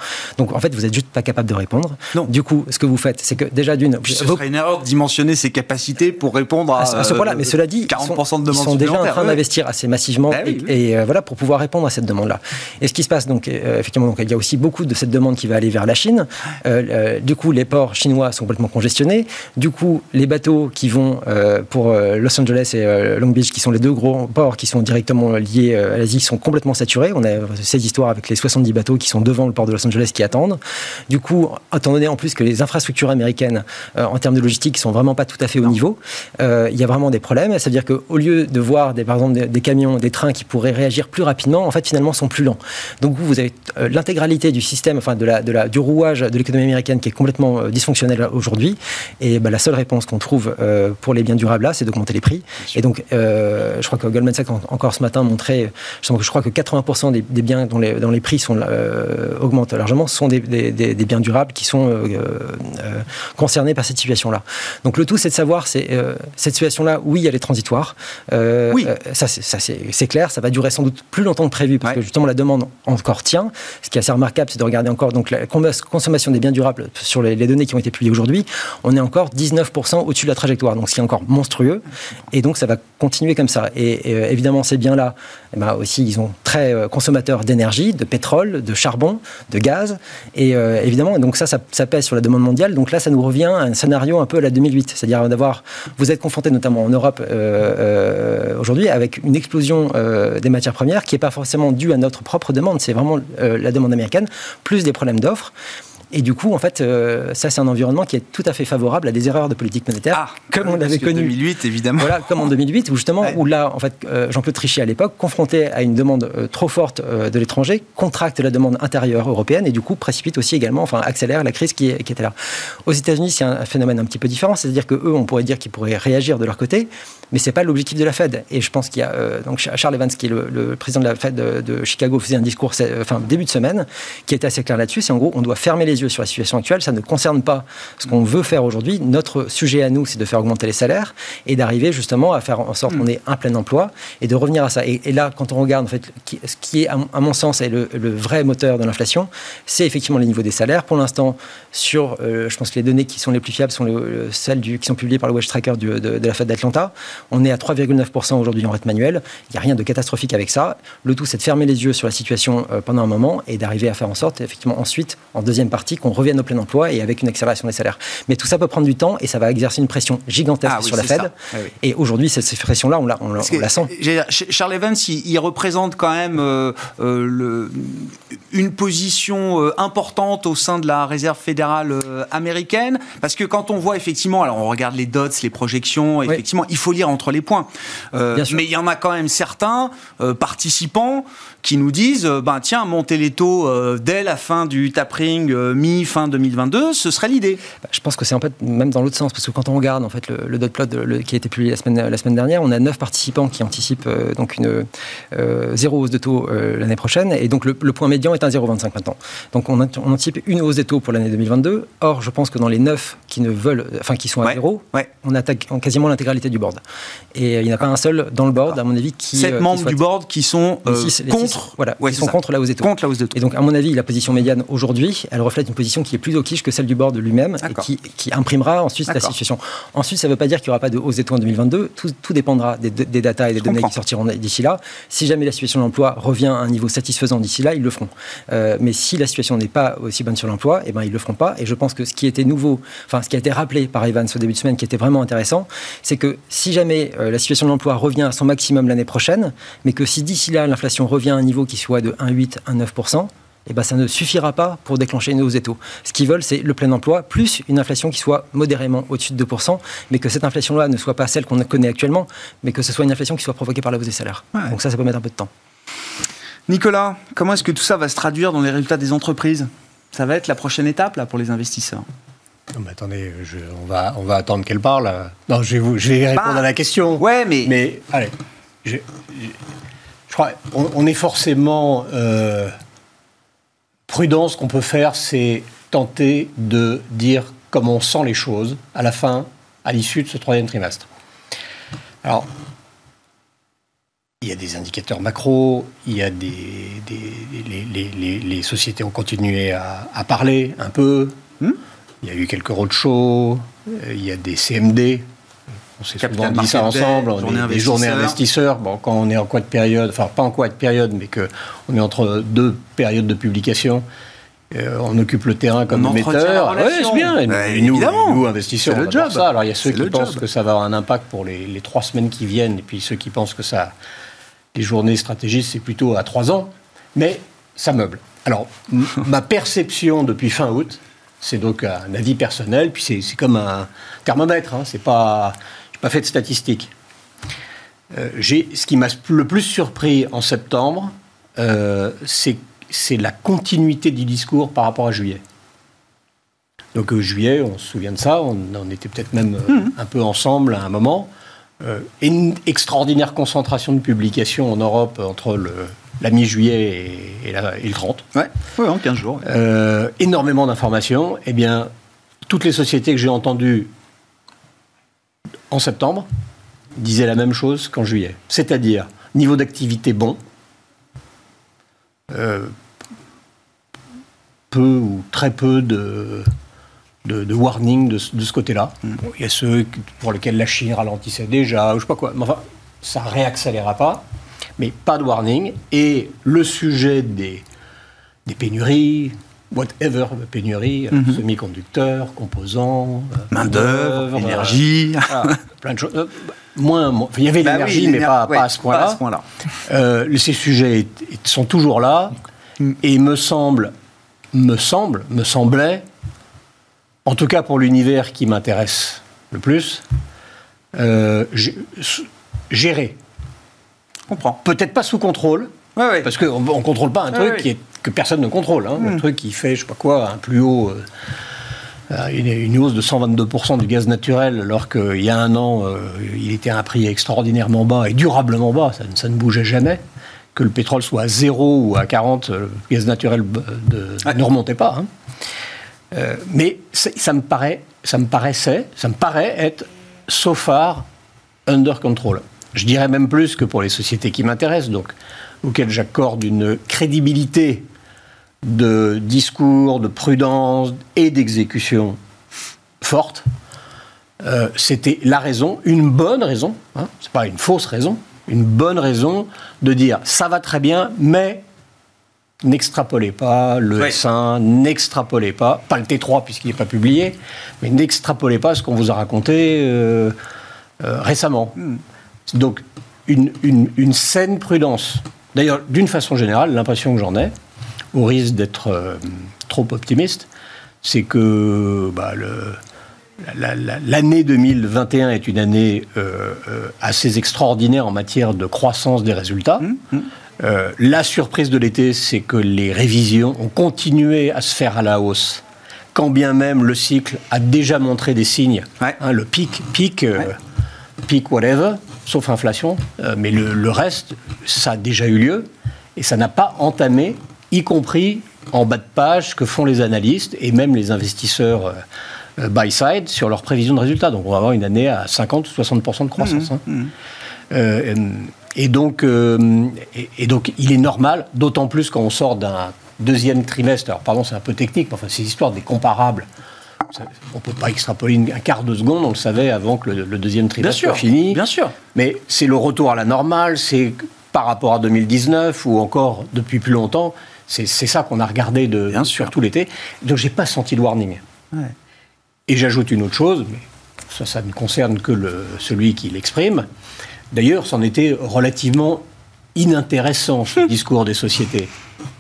Donc en fait, vous n'êtes juste pas capable de répondre. Non. Du coup, ce que vous faites, c'est que déjà d'une... Puis ce serait une erreur de dimensionner ses capacités pour répondre à, à ce point-là. Mais cela dit, quarante pour cent de ils demandes sont déjà en train ouais. d'investir assez massivement bah oui, et, oui. et euh, voilà, pour pouvoir répondre à cette demande-là. Et ce qui se passe, donc, euh, effectivement, donc, il y a aussi beaucoup de cette demande qui va aller vers la Chine. Euh, euh, du coup, les ports chinois sont complètement congestionnés. Du coup, les bateaux qui vont euh, pour euh, Los Angeles et euh, Long Beach, qui sont les deux gros ports qui sont directement liés euh, à l'Asie, sont complètement saturés. On a cette histoire avec les soixante-dix bateaux qui sont devant le port de Los Angeles qui attendent. Du coup, étant donné en plus que les infrastructures américaines, euh, en termes de logistique, sont vraiment pas tout à fait au non. niveau, euh, il y a vraiment des problèmes. C'est-à-dire qu'au lieu de voir, des, par exemple, des, des camions, des trains qui pourraient réagir plus rapidement, en fait, finalement, sont plus lents. Donc, vous, vous avez euh, l'intégralité du système, enfin, de la, de la, du rouage de l'économie américaine qui est complètement euh, dysfonctionnel aujourd'hui. Et bah, la seule réponse qu'on trouve euh, pour les biens durables là, c'est d'augmenter les prix. Et donc, euh, je crois que Goldman Sachs, en, encore ce matin, montrait, je crois que quatre-vingts pour cent des, des biens dont les, dont les prix sont, euh, augmentent largement sont des, des, des, des biens durables qui sont euh, euh, concernés par cette situation-là. Donc, le tout, c'est de savoir, c'est, euh, cette situation-là, oui, elle est transitoire. Euh, oui. Euh, ça, c'est, ça c'est, c'est clair. Ça va durer sans doute plus longtemps que prévu parce ouais. que justement, la demande encore tient. Ce qui est assez remarquable, c'est de regarder encore donc, la consommation des biens durables sur les, les données qui ont été publiées aujourd'hui. On est encore dix-neuf pour cent au-dessus de la trajectoire. Donc, ce qui est encore monstrueux. Et donc, ça va continuer comme ça. Et, et euh, évidemment, ces biens-là, eh ben, aussi, ils sont très euh, consommateurs d'énergie, de pétrole, de charbon, de gaz. Et euh, évidemment, donc ça, ça, ça pèse sur la demande mondiale. Donc là, ça nous revient à un scénario un peu à la deux mille huit. C'est-à-dire d'avoir... Vous êtes confrontés notamment en Europe euh, euh, aujourd'hui avec une explosion euh, des matières premières qui n'est pas forcément due à notre propre demande. C'est vraiment euh, la demande américaine, plus des problèmes d'offres. Et du coup, en fait, euh, ça, c'est un environnement qui est tout à fait favorable à des erreurs de politique monétaire, ah, comme on l'avait connu. deux mille huit, évidemment. Voilà, comme en deux mille huit, où justement, ouais. où là, en fait, euh, Jean-Claude Trichet, à l'époque, confronté à une demande euh, trop forte euh, de l'étranger, contracte la demande intérieure européenne et du coup précipite aussi également, enfin, accélère la crise qui, est, qui était là. Aux États-Unis, c'est un phénomène un petit peu différent, c'est-à-dire que eux, on pourrait dire qu'ils pourraient réagir de leur côté, mais c'est pas l'objectif de la Fed. Et je pense qu'il y a euh, donc Charles Evans, qui est le, le président de la Fed de, de Chicago, faisait un discours, enfin début de semaine, qui était assez clair là-dessus. C'est en gros, on doit fermer les yeux sur la situation actuelle. Ça ne concerne pas ce qu'on veut faire aujourd'hui. Notre sujet à nous, c'est de faire augmenter les salaires et d'arriver justement à faire en sorte mmh. qu'on ait un plein emploi et de revenir à ça. Et, et là, quand on regarde en fait, ce qui est, à mon sens, est le, le vrai moteur de l'inflation, c'est effectivement les niveaux des salaires. Pour l'instant, sur, euh, je pense que les données qui sont les plus fiables sont le, celles du, qui sont publiées par le Wage Tracker du, de, de la Fed d'Atlanta. On est à trois virgule neuf pour cent aujourd'hui en rate manuelle. Il n'y a rien de catastrophique avec ça. Le tout, c'est de fermer les yeux sur la situation euh, pendant un moment et d'arriver à faire en sorte, effectivement, ensuite, en deuxième partie, qu'on revienne au plein emploi et avec une accélération des salaires. Mais tout ça peut prendre du temps et ça va exercer une pression gigantesque ah, oui, sur la Fed. Oui, oui. Et aujourd'hui, cette pression-là, on la, on, on la sent. Charles Evans, il, il représente quand même euh, euh, le, une position euh, importante au sein de la réserve fédérale euh, américaine. Parce que quand on voit effectivement, alors on regarde les dots, les projections, effectivement, oui. il faut lire entre les points. Euh, mais il y en a quand même certains euh, participants qui nous disent euh, ben, tiens, monter les taux euh, dès la fin du tapering euh, mi-fin deux mille vingt-deux, ce serait l'idée. Je pense que c'est en fait même dans l'autre sens, parce que quand on regarde en fait, le, le dot plot de, le, qui a été publié la semaine, la semaine dernière, on a neuf participants qui anticipent euh, donc une euh, zéro hausse de taux euh, l'année prochaine, et donc le, le point médian est un zéro virgule vingt-cinq maintenant. Donc on, on anticipe une hausse des taux pour l'année deux mille vingt-deux. Or, je pense que dans les neuf qui ne veulent, enfin qui sont à ouais, zéro, ouais. on attaque en quasiment l'intégralité du board. Et euh, il n'y en a pas un seul dans le board, à mon avis, qui sept euh, membres qui du board qui sont euh, six, contre, six, voilà, ouais, qui sont contre la hausse des taux. Contre la hausse des taux. Et donc, à mon avis, la position médiane aujourd'hui, elle reflète une position qui est plus hawkish que celle du board lui-même et qui, qui imprimera ensuite D'accord. la situation. Ensuite, ça ne veut pas dire qu'il n'y aura pas de hausse des taux en deux mille vingt-deux. Tout, tout dépendra des, des datas et des Je données comprends. qui sortiront d'ici là. Si jamais la situation de l'emploi revient à un niveau satisfaisant d'ici là, ils le feront. Euh, mais si la situation n'est pas aussi bonne sur l'emploi, eh ben, ils ne le feront pas. Et je pense que ce qui était nouveau, enfin, ce qui a été rappelé par Evans au début de semaine, qui était vraiment intéressant, c'est que si jamais euh, la situation de l'emploi revient à son maximum l'année prochaine, mais que si d'ici là, l'inflation revient à un niveau qui soit de un virgule huit à un virgule neuf pour cent, eh ben, ça ne suffira pas pour déclencher une hausse des taux. Ce qu'ils veulent, c'est le plein emploi, plus une inflation qui soit modérément au-dessus de deux pour cent, mais que cette inflation-là ne soit pas celle qu'on connaît actuellement, mais que ce soit une inflation qui soit provoquée par la hausse des salaires. Ouais. Donc ça, ça peut mettre un peu de temps. Nicolas, comment est-ce que tout ça va se traduire dans les résultats des entreprises ? Ça va être la prochaine étape là, pour les investisseurs. Non, mais attendez, je, on, va, on va attendre qu'elle parle. Non, je vais, vous, je vais répondre bah, à la question. Ouais, mais... Mais, allez, je, je, je crois on, on est forcément... Euh, prudent, ce qu'on peut faire, c'est tenter de dire comment on sent les choses à la fin, à l'issue de ce troisième trimestre. Alors, il y a des indicateurs macro, il y a des, des les, les, les, les sociétés ont continué à, à parler un peu. Hmm. Il y a eu quelques roadshows, il y a des C M D. On s'est souvent dit ça ensemble, on est des journées investisseurs. Bon, quand on est en quoi de période, enfin pas en quoi de période, mais qu'on est entre deux périodes de publication, euh, on occupe le terrain comme émetteur. Oui, c'est bien. Et nous, ouais, et nous, et nous, investisseurs, c'est on le job. Ça. Alors il y a ceux c'est qui pensent job. que ça va avoir un impact pour les, les trois semaines qui viennent, et puis ceux qui pensent que ça, les journées stratégistes, c'est plutôt à trois ans. Mais ça meuble. Alors, m- ma perception depuis fin août, c'est donc un avis personnel, puis c'est, c'est comme un thermomètre, hein, c'est pas... pas fait de statistiques. Euh, j'ai, ce qui m'a le plus surpris en septembre, euh, c'est, c'est la continuité du discours par rapport à juillet. Donc euh, juillet, on se souvient de ça, on, on était peut-être même euh, mmh. un peu ensemble à un moment. Euh, une extraordinaire concentration de publications en Europe entre le, la mi-juillet et, et, la, et le trente. Ouais, ouais, en quinze jours. Ouais. Euh, énormément d'informations. Eh bien, toutes les sociétés que j'ai entendues en septembre, disait la même chose qu'en juillet. C'est-à-dire, niveau d'activité bon, euh, peu ou très peu de, de, de warning de, de ce côté-là. Mm. Bon, il y a ceux pour lesquels la Chine ralentissait déjà, ou je sais pas quoi. Mais enfin, ça ne réaccélérera pas, mais pas de warning. Et le sujet des, des pénuries... whatever, pénurie, mm-hmm. semi-conducteurs, composants, main-d'œuvre, énergie, euh, voilà, plein de choses. Euh, moins, moins, il y avait bah l'énergie, oui, mais pas, ouais, pas à ce point-là. Pas à ce point-là. Euh, ces sujets sont toujours là, mm. et me semble, me semble, me semblait, en tout cas pour l'univers qui m'intéresse le plus, euh, gérer. Je comprends. Peut-être pas sous contrôle. Ouais, ouais. Parce qu'on ne contrôle pas un truc ouais, qui est, que personne ne contrôle. Hein. Mmh. Un truc qui fait, je ne sais pas quoi, un plus haut, euh, une, une hausse de cent vingt-deux pour cent du gaz naturel, alors qu'il y a un an, euh, il était à un prix extraordinairement bas et durablement bas, ça, ça ne bougeait jamais. Que le pétrole soit à zéro ou à quarante, le gaz naturel de, ouais. ne remontait pas. Hein. Euh, mais ça me, paraît, ça me paraissait, ça me paraît être so far under control. Je dirais même plus que pour les sociétés qui m'intéressent, donc auxquelles j'accorde une crédibilité de discours, de prudence et d'exécution forte. Euh, c'était la raison, une bonne raison, hein, c'est pas une fausse raison, une bonne raison de dire ça va très bien, mais n'extrapolez pas le oui. S un, n'extrapolez pas, pas le T trois puisqu'il n'est pas publié, mais n'extrapolez pas ce qu'on vous a raconté euh, euh, récemment. Mm. Donc, une, une, une saine prudence. D'ailleurs, d'une façon générale, l'impression que j'en ai, au risque d'être euh, trop optimiste, c'est que bah, le, la, la, l'année deux mille vingt et un est une année euh, euh, assez extraordinaire en matière de croissance des résultats. Mmh, mmh. Euh, la surprise de l'été, c'est que les révisions ont continué à se faire à la hausse, quand bien même le cycle a déjà montré des signes. Ouais. Hein, le pic, pic, euh, ouais. pic whatever, sauf inflation, euh, mais le, le reste, ça a déjà eu lieu, et ça n'a pas entamé, y compris en bas de page, que font les analystes, et même les investisseurs euh, buy-side, sur leurs prévisions de résultats. Donc on va avoir une année à cinquante ou soixante pour cent de croissance. Mmh, hein. mmh. Euh, et, donc, euh, et, et donc, il est normal, d'autant plus quand on sort d'un deuxième trimestre, alors pardon, c'est un peu technique, mais enfin, ces histoires des comparables, on ne peut pas extrapoler un quart de seconde, on le savait avant que le, le deuxième trimestre soit fini. Bien sûr. Mais c'est le retour à la normale, c'est par rapport à deux mille dix-neuf ou encore depuis plus longtemps, c'est, c'est ça qu'on a regardé de, sur tout l'été. Donc je n'ai pas senti de warning. Ouais. Et j'ajoute une autre chose, mais ça, ça ne concerne que le, celui qui l'exprime. D'ailleurs, c'en était relativement inintéressant, ce discours des sociétés.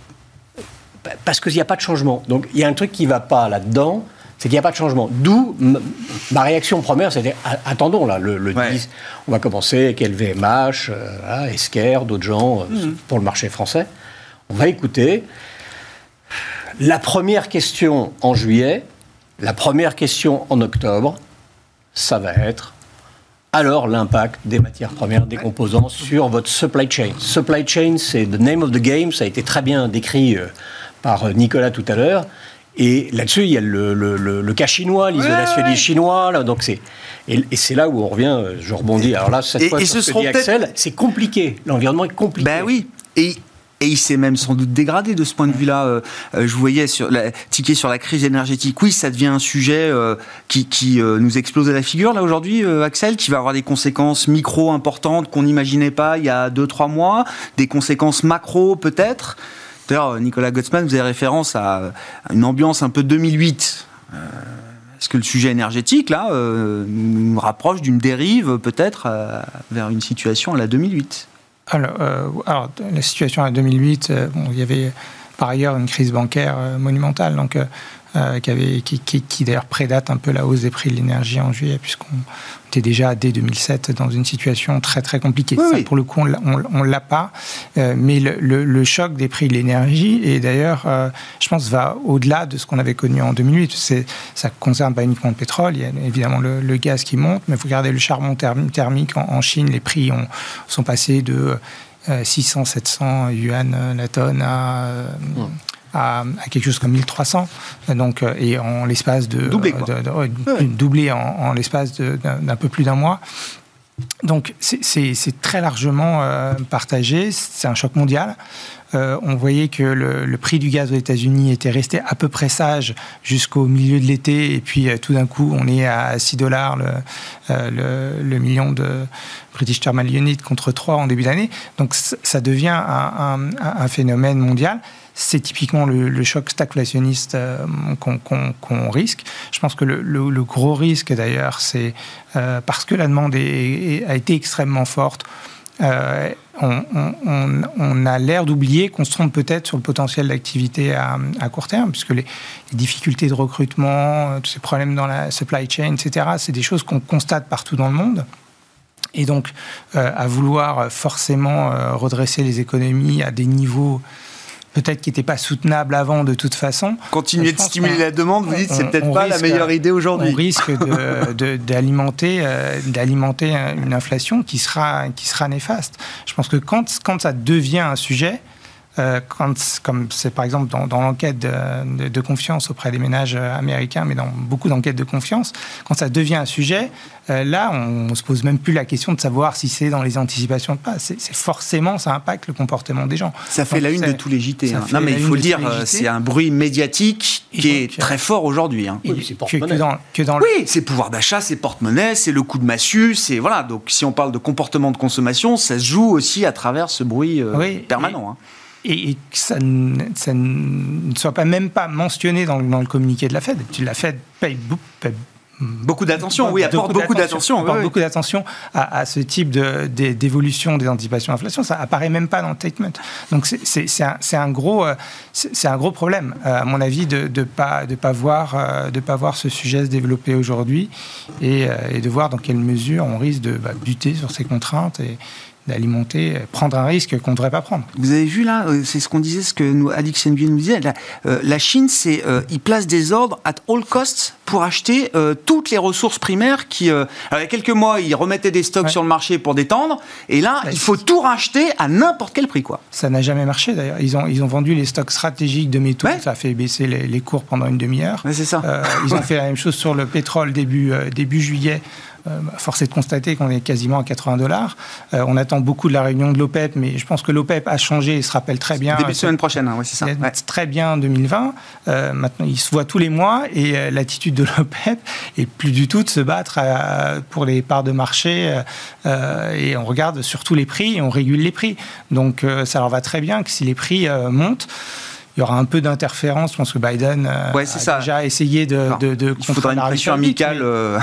Parce qu'il n'y a pas de changement. Donc il y a un truc qui ne va pas là-dedans, c'est qu'il n'y a pas de changement. D'où m- ma réaction première, c'était attendons là, le, le ouais. dix, on va commencer avec L V M H, euh, Esker, d'autres gens euh, mmh. pour le marché français. On va écouter. La première question en juillet, la première question en octobre, ça va être alors l'impact des matières premières, des composants sur votre supply chain. Supply chain, c'est the name of the game, ça a été très bien décrit euh, par Nicolas tout à l'heure. Et là-dessus, il y a le, le, le, le cas chinois, l'isolationnisme ouais. chinois. Là, donc c'est, et, et c'est là où on revient, je rebondis. Alors là, cette et, fois, et sur ce que dit Axel, c'est compliqué. L'environnement est compliqué. Ben oui. Et... Et il s'est même sans doute dégradé de ce point de vue-là. Euh, je vous voyais sur la, ticker sur la crise énergétique. Oui, ça devient un sujet euh, qui, qui euh, nous explose à la figure, là, aujourd'hui, euh, Axel, qui va avoir des conséquences micro importantes qu'on n'imaginait pas il y a deux trois mois, des conséquences macro, peut-être. D'ailleurs, Nicolas Gottsman, vous avez référence à une ambiance un peu deux mille huit. Euh, est-ce que le sujet énergétique, là, euh, nous rapproche d'une dérive, peut-être, euh, vers une situation à la deux mille huit ? Alors, euh, alors, la situation en deux mille huit, euh, bon, il y avait par ailleurs une crise bancaire euh, monumentale, donc, euh, qui, avait, qui, qui, qui d'ailleurs prédate un peu la hausse des prix de l'énergie en juillet, puisqu'on était déjà dès deux mille sept dans une situation très très compliquée. Oui, Ça, oui. Pour le coup, on ne l'a pas, euh, mais le, le, le choc des prix de l'énergie, et d'ailleurs, euh, je pense, va au-delà de ce qu'on avait connu en deux mille huit. C'est, ça ne concerne pas uniquement le pétrole, il y a évidemment le, le gaz qui monte, mais il faut regarder le charbon thermique en, en Chine, les prix ont, sont passés de euh, six cents, sept cents yuan la tonne à... Euh, mmh. À, à quelque chose comme mille trois cents, donc, et en l'espace de... Doublé, quoi. De, de, de, ouais. Doublé en, en l'espace de, d'un, d'un peu plus d'un mois. Donc, c'est, c'est, c'est très largement euh, partagé. C'est un choc mondial. Euh, on voyait que le, le prix du gaz aux États-Unis était resté à peu près sage jusqu'au milieu de l'été, et puis euh, tout d'un coup, on est à six dollars le, euh, le, le million de British Thermal Unit contre trois en début d'année. Donc, ça devient un, un, un phénomène mondial. C'est typiquement le, le choc stagflationniste euh, qu'on, qu'on, qu'on risque. Je pense que le, le, le gros risque, d'ailleurs, c'est euh, parce que la demande est, est, a été extrêmement forte. Euh, on, on, on a l'air d'oublier qu'on se trompe peut-être sur le potentiel d'activité à, à court terme, puisque les, les difficultés de recrutement, tous ces problèmes dans la supply chain, et cetera, c'est des choses qu'on constate partout dans le monde. Et donc, euh, à vouloir forcément euh, redresser les économies à des niveaux peut-être qui n'était pas soutenable avant de toute façon. Continuer de stimuler la demande, vous dites, on, c'est peut-être pas risque, la meilleure idée aujourd'hui. On risque de, de, d'alimenter, euh, d'alimenter une inflation qui sera, qui sera néfaste. Je pense que quand, quand ça devient un sujet, euh, quand, comme c'est par exemple dans, dans l'enquête de, de, de confiance auprès des ménages américains, mais dans beaucoup d'enquêtes de confiance, quand ça devient un sujet, euh, là, on ne se pose même plus la question de savoir si c'est dans les anticipations ou pas. C'est, c'est forcément, ça impacte le comportement des gens. Ça fait Donc, la une de tous les J T. Hein. Non, mais il faut le dire, c'est un bruit médiatique qui donc, est très fort aujourd'hui. Hein. Oui, c'est porte-monnaie. Que dans, que dans oui, le... c'est pouvoir d'achat, c'est porte-monnaie, c'est le coup de massue, c'est voilà. Donc, si on parle de comportement de consommation, ça se joue aussi à travers ce bruit euh, oui, permanent. Et... Hein. Et, et que ça ne, ça ne soit pas même pas mentionné dans, dans le communiqué de la Fed. La Fed paye, paye beaucoup d'attention, oui, apporte beaucoup d'attention. Apporte oui, beaucoup d'attention à, à ce type de, de, d'évolution des anticipations d'inflation. Ça apparaît même pas dans le statement. Donc c'est, c'est, c'est, un, c'est, un, gros, c'est, c'est un gros problème, à mon avis, de ne pas, de pas, voir, de pas voir ce sujet se développer aujourd'hui et, et de voir dans quelle mesure on risque de bah, buter sur ces contraintes et d'alimenter, prendre un risque qu'on ne devrait pas prendre. Vous avez vu là, c'est ce qu'on disait, ce que nous, Alix Nguyen nous disait, la, euh, la Chine, c'est, euh, ils placent des ordres at all costs pour acheter euh, toutes les ressources primaires qui... Euh, alors il y a quelques mois, ils remettaient des stocks ouais. sur le marché pour détendre, et là, bah, il faut tout racheter à n'importe quel prix, quoi. Ça n'a jamais marché, d'ailleurs. Ils ont, ils ont vendu les stocks stratégiques de métaux, ouais. ça a fait baisser les, les cours pendant une demi-heure. Ouais, c'est ça. Euh, ils ont fait la même chose sur le pétrole début, euh, début juillet. Euh, force est de constater qu'on est quasiment à quatre-vingts dollars. Euh, on attend beaucoup de la réunion de l'OPEP, mais je pense que l'OPEP a changé et se rappelle très bien. Début de semaine prochaine, hein, oui, c'est ça. Ouais. Très bien en deux mille vingt. Euh, maintenant, ils se voient tous les mois et euh, l'attitude de l'OPEP est plus du tout de se battre à, pour les parts de marché. Euh, et on regarde surtout les prix et on régule les prix. Donc, euh, ça leur va très bien que si les prix euh, montent, il y aura un peu d'interférence. Je pense que Biden euh, ouais, c'est a ça. déjà essayé de... de, de il faudra une pression amicale... Euh...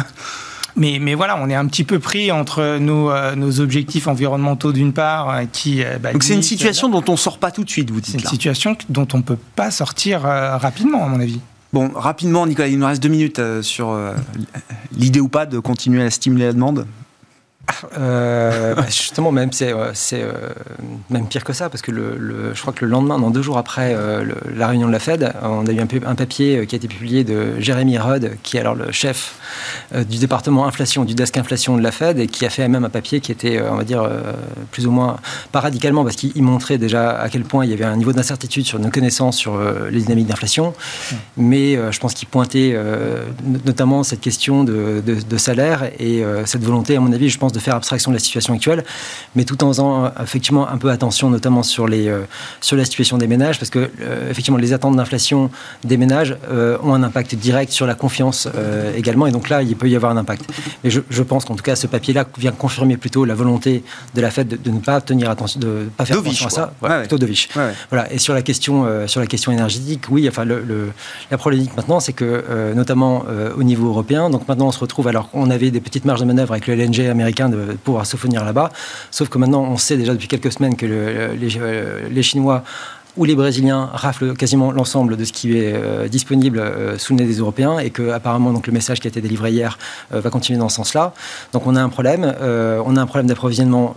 Mais, mais voilà, on est un petit peu pris entre nos, euh, nos objectifs environnementaux d'une part, euh, qui... Bah, Donc c'est une situation dont on ne sort pas tout de suite, vous dites. C'est une là. situation dont on ne peut pas sortir euh, rapidement, à mon avis. Bon, rapidement, Nicolas, il nous reste deux minutes euh, sur euh, l'idée ou pas de continuer à stimuler la demande. euh, bah, justement, même c'est, c'est euh, même pire que ça, parce que le, le, je crois que le lendemain, non, deux jours après euh, le, la réunion de la Fed, on a eu un, un papier qui a été publié de Jeremy Rudd, qui est alors le chef euh, du département inflation, du desk inflation de la Fed, et qui a fait même un papier qui était, on va dire, euh, plus ou moins, pas radicalement, parce qu'il montrait déjà à quel point il y avait un niveau d'incertitude sur nos connaissances sur euh, les dynamiques d'inflation, mmh. mais euh, je pense qu'il pointait euh, notamment cette question de, de, de salaire et euh, cette volonté, à mon avis, je pense, de faire abstraction de la situation actuelle, mais tout en faisant effectivement un peu attention, notamment sur, les, euh, sur la situation des ménages, parce que euh, effectivement, les attentes d'inflation des ménages euh, ont un impact direct sur la confiance euh, également, et donc là, il peut y avoir un impact. Mais je, je pense qu'en tout cas, ce papier-là vient confirmer plutôt la volonté de la Fed de, de ne pas tenir attention, de ne pas faire Dovish, attention à ça, voilà, ouais, plutôt dovish. Ouais, ouais. Voilà. Et sur la question, euh, sur la question énergétique, oui, enfin, le, le, la problématique maintenant, c'est que, euh, notamment euh, au niveau européen, donc maintenant on se retrouve, alors qu'on avait des petites marges de manœuvre avec le L N G américain de pouvoir se fournir là-bas, sauf que maintenant on sait déjà depuis quelques semaines que le, les, les Chinois où les Brésiliens raflent quasiment l'ensemble de ce qui est euh, disponible euh, sous le nez des Européens, et que apparemment donc le message qui a été délivré hier euh, va continuer dans ce sens-là. Donc on a un problème, euh, on a un problème d'approvisionnement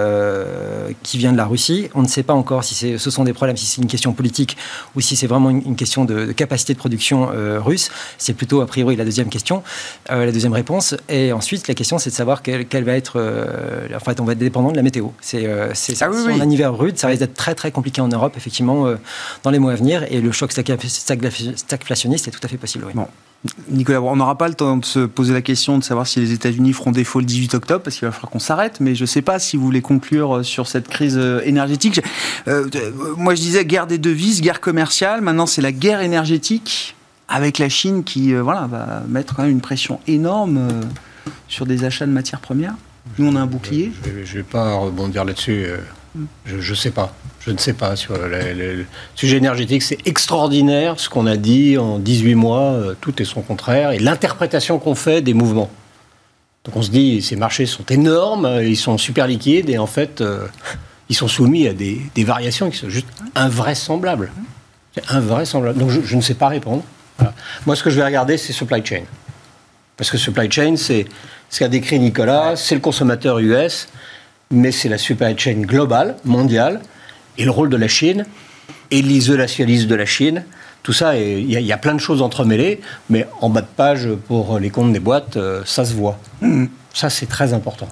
euh, qui vient de la Russie. On ne sait pas encore si c'est, ce sont des problèmes, si c'est une question politique ou si c'est vraiment une, une question de, de capacité de production euh, russe. C'est plutôt a priori la deuxième question, euh, la deuxième réponse. Et ensuite la question c'est de savoir quelle, quelle va être. Euh, en fait, on va être dépendant de la météo. C'est, euh, c'est ah, si oui, on a un hiver rude, ça risque d'être très très compliqué en Europe effectivement. Dans les mois à venir, et le choc stagflationniste est tout à fait possible. Oui. Bon. Nicolas, on n'aura pas le temps de se poser la question de savoir si les États-Unis feront défaut le dix-huit octobre, parce qu'il va falloir qu'on s'arrête, mais je ne sais pas si vous voulez conclure sur cette crise énergétique. Euh, moi, je disais guerre des devises, guerre commerciale, maintenant c'est la guerre énergétique, avec la Chine qui euh, voilà, va mettre quand même une pression énorme euh, sur des achats de matières premières. Nous, on a un bouclier. Je ne vais pas rebondir là-dessus. Je ne sais pas. Je ne sais pas. Sur le, le, le sujet énergétique, c'est extraordinaire ce qu'on a dit en dix-huit mois. Tout est son contraire. Et l'interprétation qu'on fait des mouvements. Donc on se dit, ces marchés sont énormes, ils sont super liquides, et en fait, euh, ils sont soumis à des, des variations qui sont juste invraisemblables. C'est invraisemblable. Donc je, je ne sais pas répondre. Voilà. Moi, ce que je vais regarder, c'est supply chain. Parce que supply chain, c'est ce qu'a décrit Nicolas, c'est le consommateur U S, mais c'est la supply chain globale, mondiale, et le rôle de la Chine, et l'isolationnisme de la Chine. Tout ça, il y, y a plein de choses entremêlées, mais en bas de page, pour les comptes des boîtes, euh, ça se voit. Mmh. Ça, c'est très important.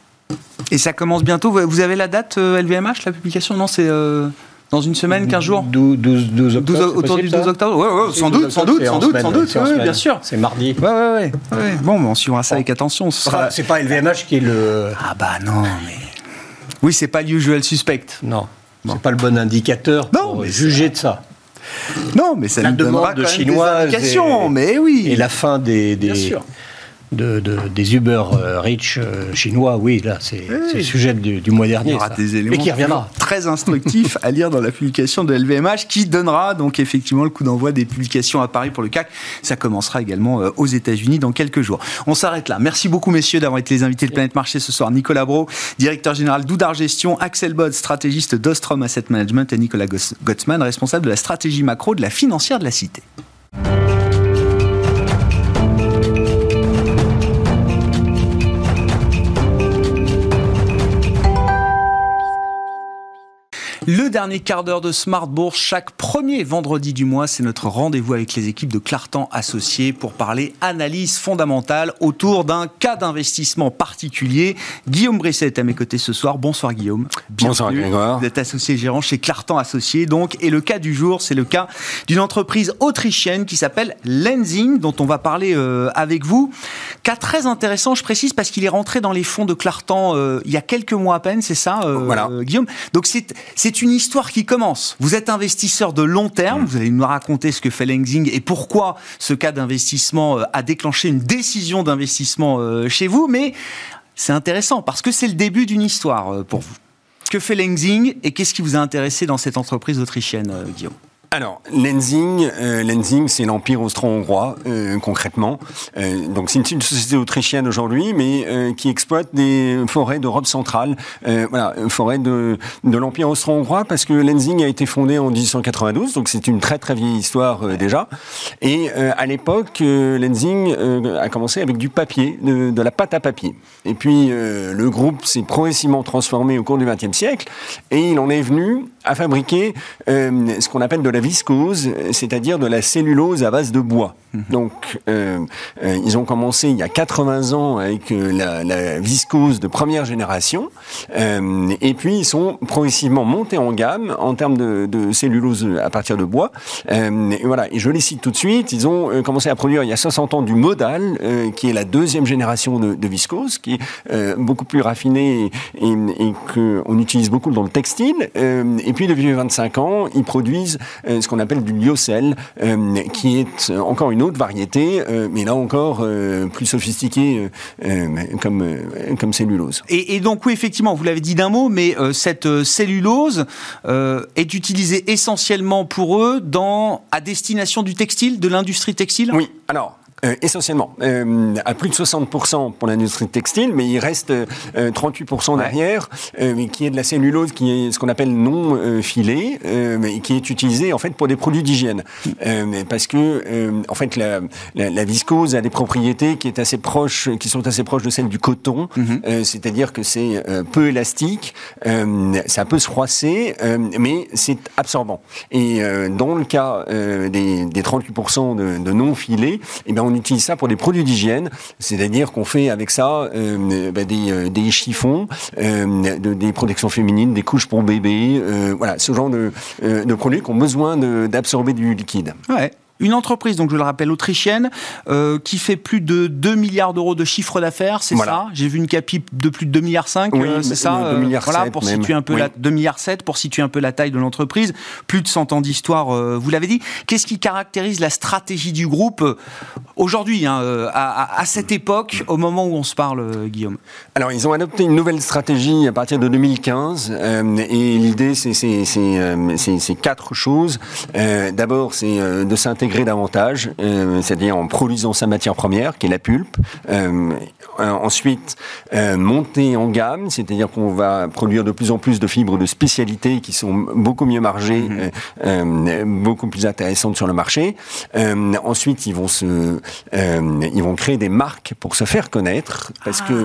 Et ça commence bientôt. Vous avez la date euh, L V M H, la publication ? Non, c'est... Euh... Dans une semaine, quinze jours douze, douze, douze octobre, douze, autour possible, du douze octobre. Oui, ouais, sans doute, sans doute, sans doute, sans doute, oui, bien sûr. C'est mardi. Ouais, ouais, ouais. ouais. Bon, on suivra ça bon. avec attention. Ce sera... C'est pas L V M H qui est le... Ah bah non, mais... Oui, c'est pas l'usual suspect. Non, bon. C'est pas le bon indicateur non, pour juger c'est... de ça. Non, mais ça la nous demande de chinois des indications, et... mais oui. Et la fin des... des... Bien sûr. De, de, des Uber euh, rich euh, chinois, oui, là, c'est, oui. c'est le sujet du, du mois dernier. Il y aura ça. des éléments et qui reviendra. Très instructifs à lire dans la publication de L V M H, qui donnera donc effectivement le coup d'envoi des publications à Paris pour le C A C. Ça commencera également euh, aux États-Unis dans quelques jours. On s'arrête là. Merci beaucoup, messieurs, d'avoir été les invités de Planète Marché ce soir. Nicolas Brault, directeur général d'Oudart Gestion, Axel Bod, stratégiste d'Ostrom Asset Management, et Nicolas Gottsman, responsable de la stratégie macro de la financière de la Cité. Le dernier quart d'heure de Smart Bourse, chaque premier vendredi du mois, c'est notre rendez-vous avec les équipes de Clartan Associés pour parler analyse fondamentale autour d'un cas d'investissement particulier. Guillaume Brisset est à mes côtés ce soir. Bonsoir Guillaume. Bienvenue. Bonsoir Grégoire. Vous êtes associé gérant chez Clartan Associés, donc, et le cas du jour, c'est le cas d'une entreprise autrichienne qui s'appelle Lenzing, dont on va parler euh, avec vous. Cas très intéressant, je précise, parce qu'il est rentré dans les fonds de Clartan euh, il y a quelques mois à peine, c'est ça, euh, voilà. euh, Guillaume. Donc c'est c'est une histoire qui commence. Vous êtes investisseur de long terme, mmh. vous allez nous raconter ce que fait Lenzing et pourquoi ce cas d'investissement a déclenché une décision d'investissement chez vous, mais c'est intéressant parce que c'est le début d'une histoire pour vous. Que fait Lenzing et qu'est-ce qui vous a intéressé dans cette entreprise autrichienne, Guillaume ? Alors, Lenzing, euh, Lenzing, c'est l'Empire austro-hongrois, euh, concrètement. Euh, donc, c'est une, une société autrichienne aujourd'hui, mais euh, qui exploite des forêts d'Europe centrale. Euh, voilà, forêts de, de l'Empire austro-hongrois, parce que Lenzing a été fondé en dix-huit cent quatre-vingt-douze, donc c'est une très très vieille histoire euh, déjà. Et euh, à l'époque, euh, Lenzing euh, a commencé avec du papier, de, de la pâte à papier. Et puis, euh, le groupe s'est progressivement transformé au cours du vingtième siècle, et il en est venu à fabriquer euh, ce qu'on appelle de la viscose, c'est-à-dire de la cellulose à base de bois. Mmh. Donc, euh, euh, ils ont commencé il y a quatre-vingts ans avec euh, la, la viscose de première génération, euh, et puis ils sont progressivement montés en gamme en termes de, de cellulose à partir de bois. Euh, et voilà, et je les cite tout de suite. Ils ont euh, commencé à produire il y a soixante ans du modal, euh, qui est la deuxième génération de, de viscose, qui est euh, beaucoup plus raffinée et, et, et qu'on utilise beaucoup dans le textile. Euh, et puis depuis vingt-cinq ans, ils produisent euh, ce qu'on appelle du lyocell, euh, qui est euh, encore une autre variété, euh, mais là encore euh, plus sophistiquée euh, euh, comme, euh, comme cellulose. Et, et donc oui, effectivement, vous l'avez dit d'un mot, mais euh, cette euh, cellulose euh, est utilisée essentiellement pour eux dans, à destination du textile, de l'industrie textile ? Oui, alors... Euh, essentiellement, euh, à plus de soixante pour cent pour l'industrie textile, mais il reste euh, trente-huit pour cent derrière, euh, qui est de la cellulose, qui est ce qu'on appelle non euh, filée, euh, mais qui est utilisée en fait pour des produits d'hygiène, euh, parce que euh, en fait la, la, la viscose a des propriétés qui est assez proches, qui sont assez proches de celles du coton, mm-hmm. euh, c'est-à-dire que c'est euh, peu élastique, euh, ça peut se froisser, euh, mais c'est absorbant. Et euh, dans le cas euh, des, des trente-huit pour cent de, de non filés, eh ben on utilise ça pour des produits d'hygiène, c'est-à-dire qu'on fait avec ça euh, bah, des, euh, des chiffons, euh, de, des protections féminines, des couches pour bébés, euh, voilà, ce genre de, euh, de produits qui ont besoin de, d'absorber du liquide. Ouais. Une entreprise, donc je le rappelle, autrichienne, euh, qui fait plus de deux milliards d'euros de chiffre d'affaires, c'est voilà. ça ? J'ai vu une capi de plus de deux virgule cinq milliards, oui, euh, c'est ça deux virgule sept Voilà, pour même. situer un peu oui. la deux virgule sept pour situer un peu la taille de l'entreprise. Plus de cent ans d'histoire, euh, vous l'avez dit. Qu'est-ce qui caractérise la stratégie du groupe euh, aujourd'hui, hein, euh, à, à cette époque, au moment où on se parle, euh, Guillaume ? Alors, ils ont adopté une nouvelle stratégie à partir de deux mille quinze, euh, et l'idée, c'est, c'est, c'est, euh, c'est, c'est quatre choses. Euh, d'abord, c'est euh, de s'intégrer davantage, euh, c'est-à-dire en produisant sa matière première, qui est la pulpe. Euh, euh, ensuite, euh, monter en gamme, c'est-à-dire qu'on va produire de plus en plus de fibres de spécialité qui sont beaucoup mieux margées, mmh. euh, euh, beaucoup plus intéressantes sur le marché. Euh, ensuite, ils vont se, euh, ils vont créer des marques pour se faire connaître, parce ah. que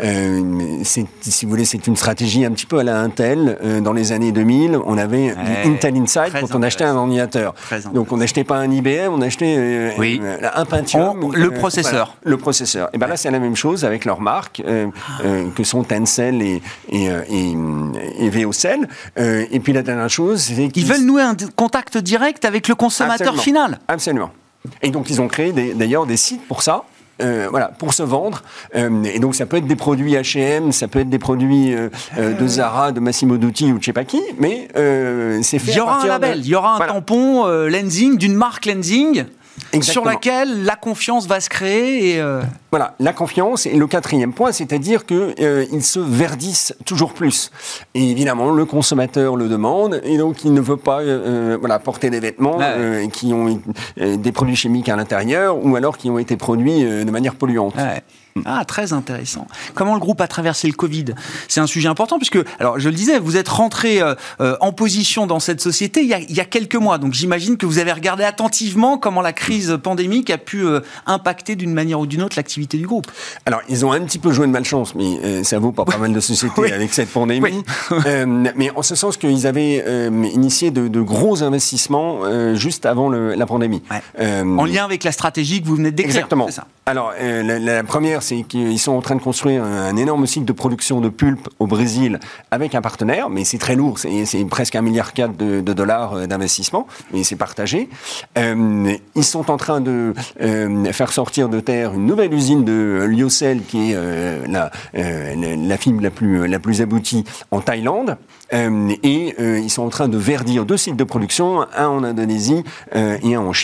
euh, c'est, si vous voulez, c'est une stratégie un petit peu à la Intel. Euh, dans les années deux mille, on avait ouais, du Intel Inside quand on achetait un ordinateur. Donc, on n'achetait pas un I B M, on achetait euh, oui. euh, un Pentium. On, le euh, processeur. Voilà, le processeur. Et bien là, c'est la même chose avec leurs marques, euh, euh, que sont Tencel et, et, et, et VeoCell. Euh, et puis la dernière chose, c'est qu'ils... Ils veulent nouer un contact direct avec le consommateur Absolument. final. Absolument. Et donc, ils ont créé des, d'ailleurs des sites pour ça. Euh, voilà, pour se vendre. Euh, et donc, ça peut être des produits H et M, ça peut être des produits euh, euh, de Zara, de Massimo Dutti ou de je sais pas qui, mais euh, c'est fait. Il y aura un label, de... il y aura un voilà. tampon euh, Lenzing, d'une marque Lenzing. Exactement. Sur laquelle la confiance va se créer. Et euh... Voilà, la confiance. Et le quatrième point, c'est-à-dire qu'ils euh, se verdissent toujours plus. Et évidemment, le consommateur le demande, et donc il ne veut pas euh, voilà, porter des vêtements ouais. euh, qui ont euh, des produits chimiques à l'intérieur, ou alors qui ont été produits euh, de manière polluante. Ouais. Ah, très intéressant. Comment le groupe a traversé le Covid ? C'est un sujet important puisque, alors je le disais, vous êtes rentré euh, euh, en position dans cette société il y, a, il y a quelques mois. Donc j'imagine que vous avez regardé attentivement comment la crise pandémique a pu euh, impacter d'une manière ou d'une autre l'activité du groupe. Alors ils ont un petit peu joué de malchance, mais euh, ça vaut pas pas mal de sociétés oui. avec cette pandémie. Oui. euh, mais en ce sens qu'ils avaient euh, initié de, de gros investissements euh, juste avant le, la pandémie. Ouais. Euh, en lien avec la stratégie que vous venez de décrire. Exactement. C'est ça. Alors euh, la, la première, c'est qu'ils sont en train de construire un, un énorme site de production de pulpe au Brésil avec un partenaire, mais c'est très lourd, c'est, c'est presque un milliard quatre de, de dollars d'investissement, mais c'est partagé. Euh, ils sont en train de euh, faire sortir de terre une nouvelle usine de lyocell qui est euh, la, euh, la, la fibre la plus, la plus aboutie en Thaïlande. Euh, et euh, ils sont en train de verdir deux sites de production, un en Indonésie euh, et un en Chine,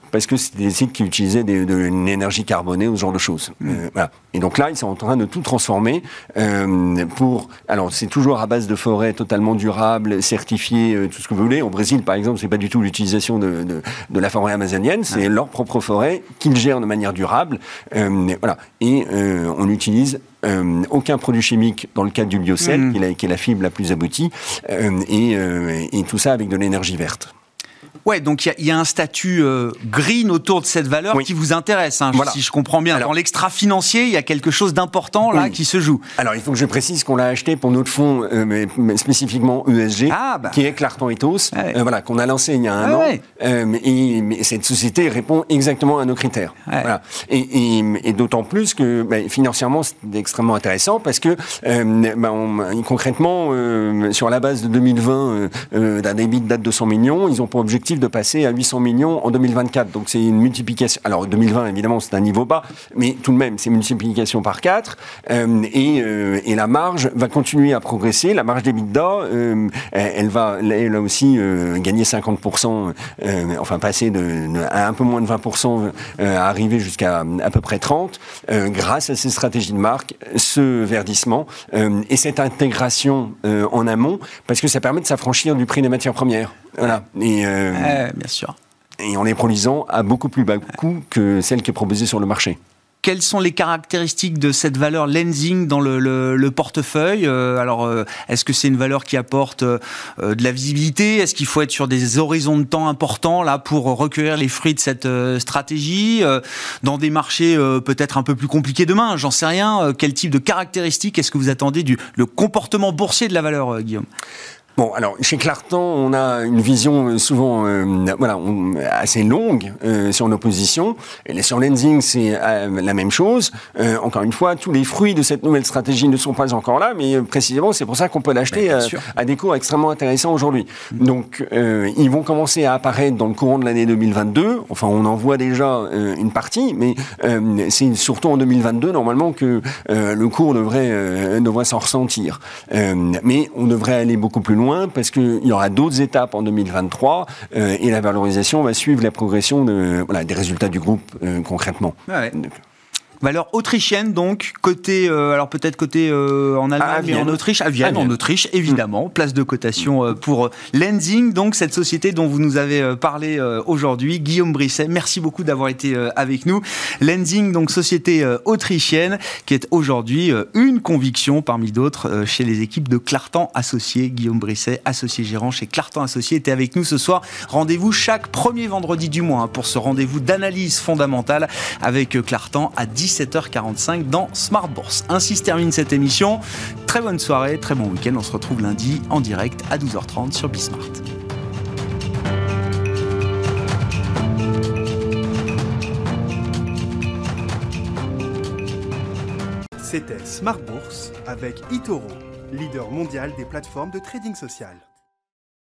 parce que c'était des sites qui utilisaient des, de l'énergie carbonée ou ce genre de choses. Mmh. Euh, voilà. Et donc là, ils sont en train de tout transformer euh, pour... Alors, c'est toujours à base de forêts totalement durables, certifiées, euh, tout ce que vous voulez. Au Brésil, par exemple, c'est pas du tout l'utilisation de, de, de la forêt amazonienne, c'est ah. leur propre forêt qu'ils gèrent de manière durable. Euh, voilà. Et euh, on utilise Euh, aucun produit chimique dans le cadre du lyocell, mmh. qui, est la, qui est la fibre la plus aboutie, euh, et, euh, et tout ça avec de l'énergie verte. Ouais, donc il y, y a un statut euh, green autour de cette valeur oui. qui vous intéresse, hein, voilà. si je comprends bien. Alors, dans l'extra-financier, il y a quelque chose d'important là oui. qui se joue. Alors, il faut que je précise qu'on l'a acheté pour notre fonds, euh, mais, mais spécifiquement E S G, ah, bah. qui est Clartan Ethos, ouais. euh, voilà, qu'on a lancé il y a un ah, an. Ouais. Euh, et mais cette société répond exactement à nos critères. Ouais. Voilà. Et, et, et d'autant plus que bah, financièrement, c'est extrêmement intéressant parce que euh, bah, on, concrètement, euh, sur la base de deux mille vingt, euh, d'un débit de date de cent millions, ils ont pour objectif de passer à huit cents millions en deux mille vingt-quatre. Donc c'est une multiplication. Alors deux mille vingt, évidemment, c'est un niveau bas, mais tout de même, c'est une multiplication par quatre. Euh, et, euh, et la marge va continuer à progresser. La marge d'EBITDA, euh, elle va, elle a aussi euh, gagner cinquante pour cent, euh, enfin passer de, de, à un peu moins de vingt pour cent, euh, à arriver jusqu'à à peu près trente, euh, grâce à ces stratégies de marque, ce verdissement euh, et cette intégration euh, en amont, parce que ça permet de s'affranchir du prix des matières premières. Voilà. Et, euh, euh, bien sûr. Et en les produisant à beaucoup plus bas coût que celle qui est proposée sur le marché. Quelles sont les caractéristiques de cette valeur Lenzing dans le, le, le portefeuille ? euh, Alors, euh, est-ce que c'est une valeur qui apporte euh, de la visibilité ? Est-ce qu'il faut être sur des horizons de temps importants là pour recueillir les fruits de cette euh, stratégie euh, dans des marchés euh, peut-être un peu plus compliqués demain ? J'en sais rien. Euh, quel type de caractéristiques est-ce que vous attendez du le comportement boursier de la valeur, euh, Guillaume ? Bon, alors chez Clartan, on a une vision souvent, euh, voilà, on, assez longue euh, sur nos positions. Et sur Lenzing, c'est euh, la même chose. Euh, encore une fois, tous les fruits de cette nouvelle stratégie ne sont pas encore là, mais euh, précisément, c'est pour ça qu'on peut l'acheter euh, à des cours extrêmement intéressants aujourd'hui. Mmh. Donc, euh, ils vont commencer à apparaître dans le courant de l'année deux mille vingt-deux. Enfin, on en voit déjà euh, une partie, mais euh, c'est surtout en deux mille vingt-deux normalement que euh, le cours devrait euh, devrait s'en ressentir. Euh, mais on devrait aller beaucoup plus loin, parce qu'il y aura d'autres étapes en deux mille vingt-trois euh, et la valorisation va suivre la progression de, voilà, des résultats du groupe euh, concrètement. Ouais. Valeur autrichienne, donc, côté, euh, alors peut-être côté euh, en Allemagne, mais en Autriche, à Vienne, en Autriche, évidemment, mmh. place de cotation euh, pour euh, Lenzing, donc cette société dont vous nous avez euh, parlé euh, aujourd'hui. Guillaume Brisset, merci beaucoup d'avoir été euh, avec nous. Lenzing, donc société euh, autrichienne, qui est aujourd'hui euh, une conviction parmi d'autres euh, chez les équipes de Clartan Associés. Guillaume Brisset, associé gérant chez Clartan Associés, était avec nous ce soir. Rendez-vous chaque premier vendredi du mois hein, pour ce rendez-vous d'analyse fondamentale avec euh, Clartan à dix-sept heures quarante-cinq dans Smart Bourse. Ainsi se termine cette émission. Très bonne soirée, très bon week-end. On se retrouve lundi en direct à douze heures trente sur Bismart. C'était Smart Bourse avec eToro, leader mondial des plateformes de trading social.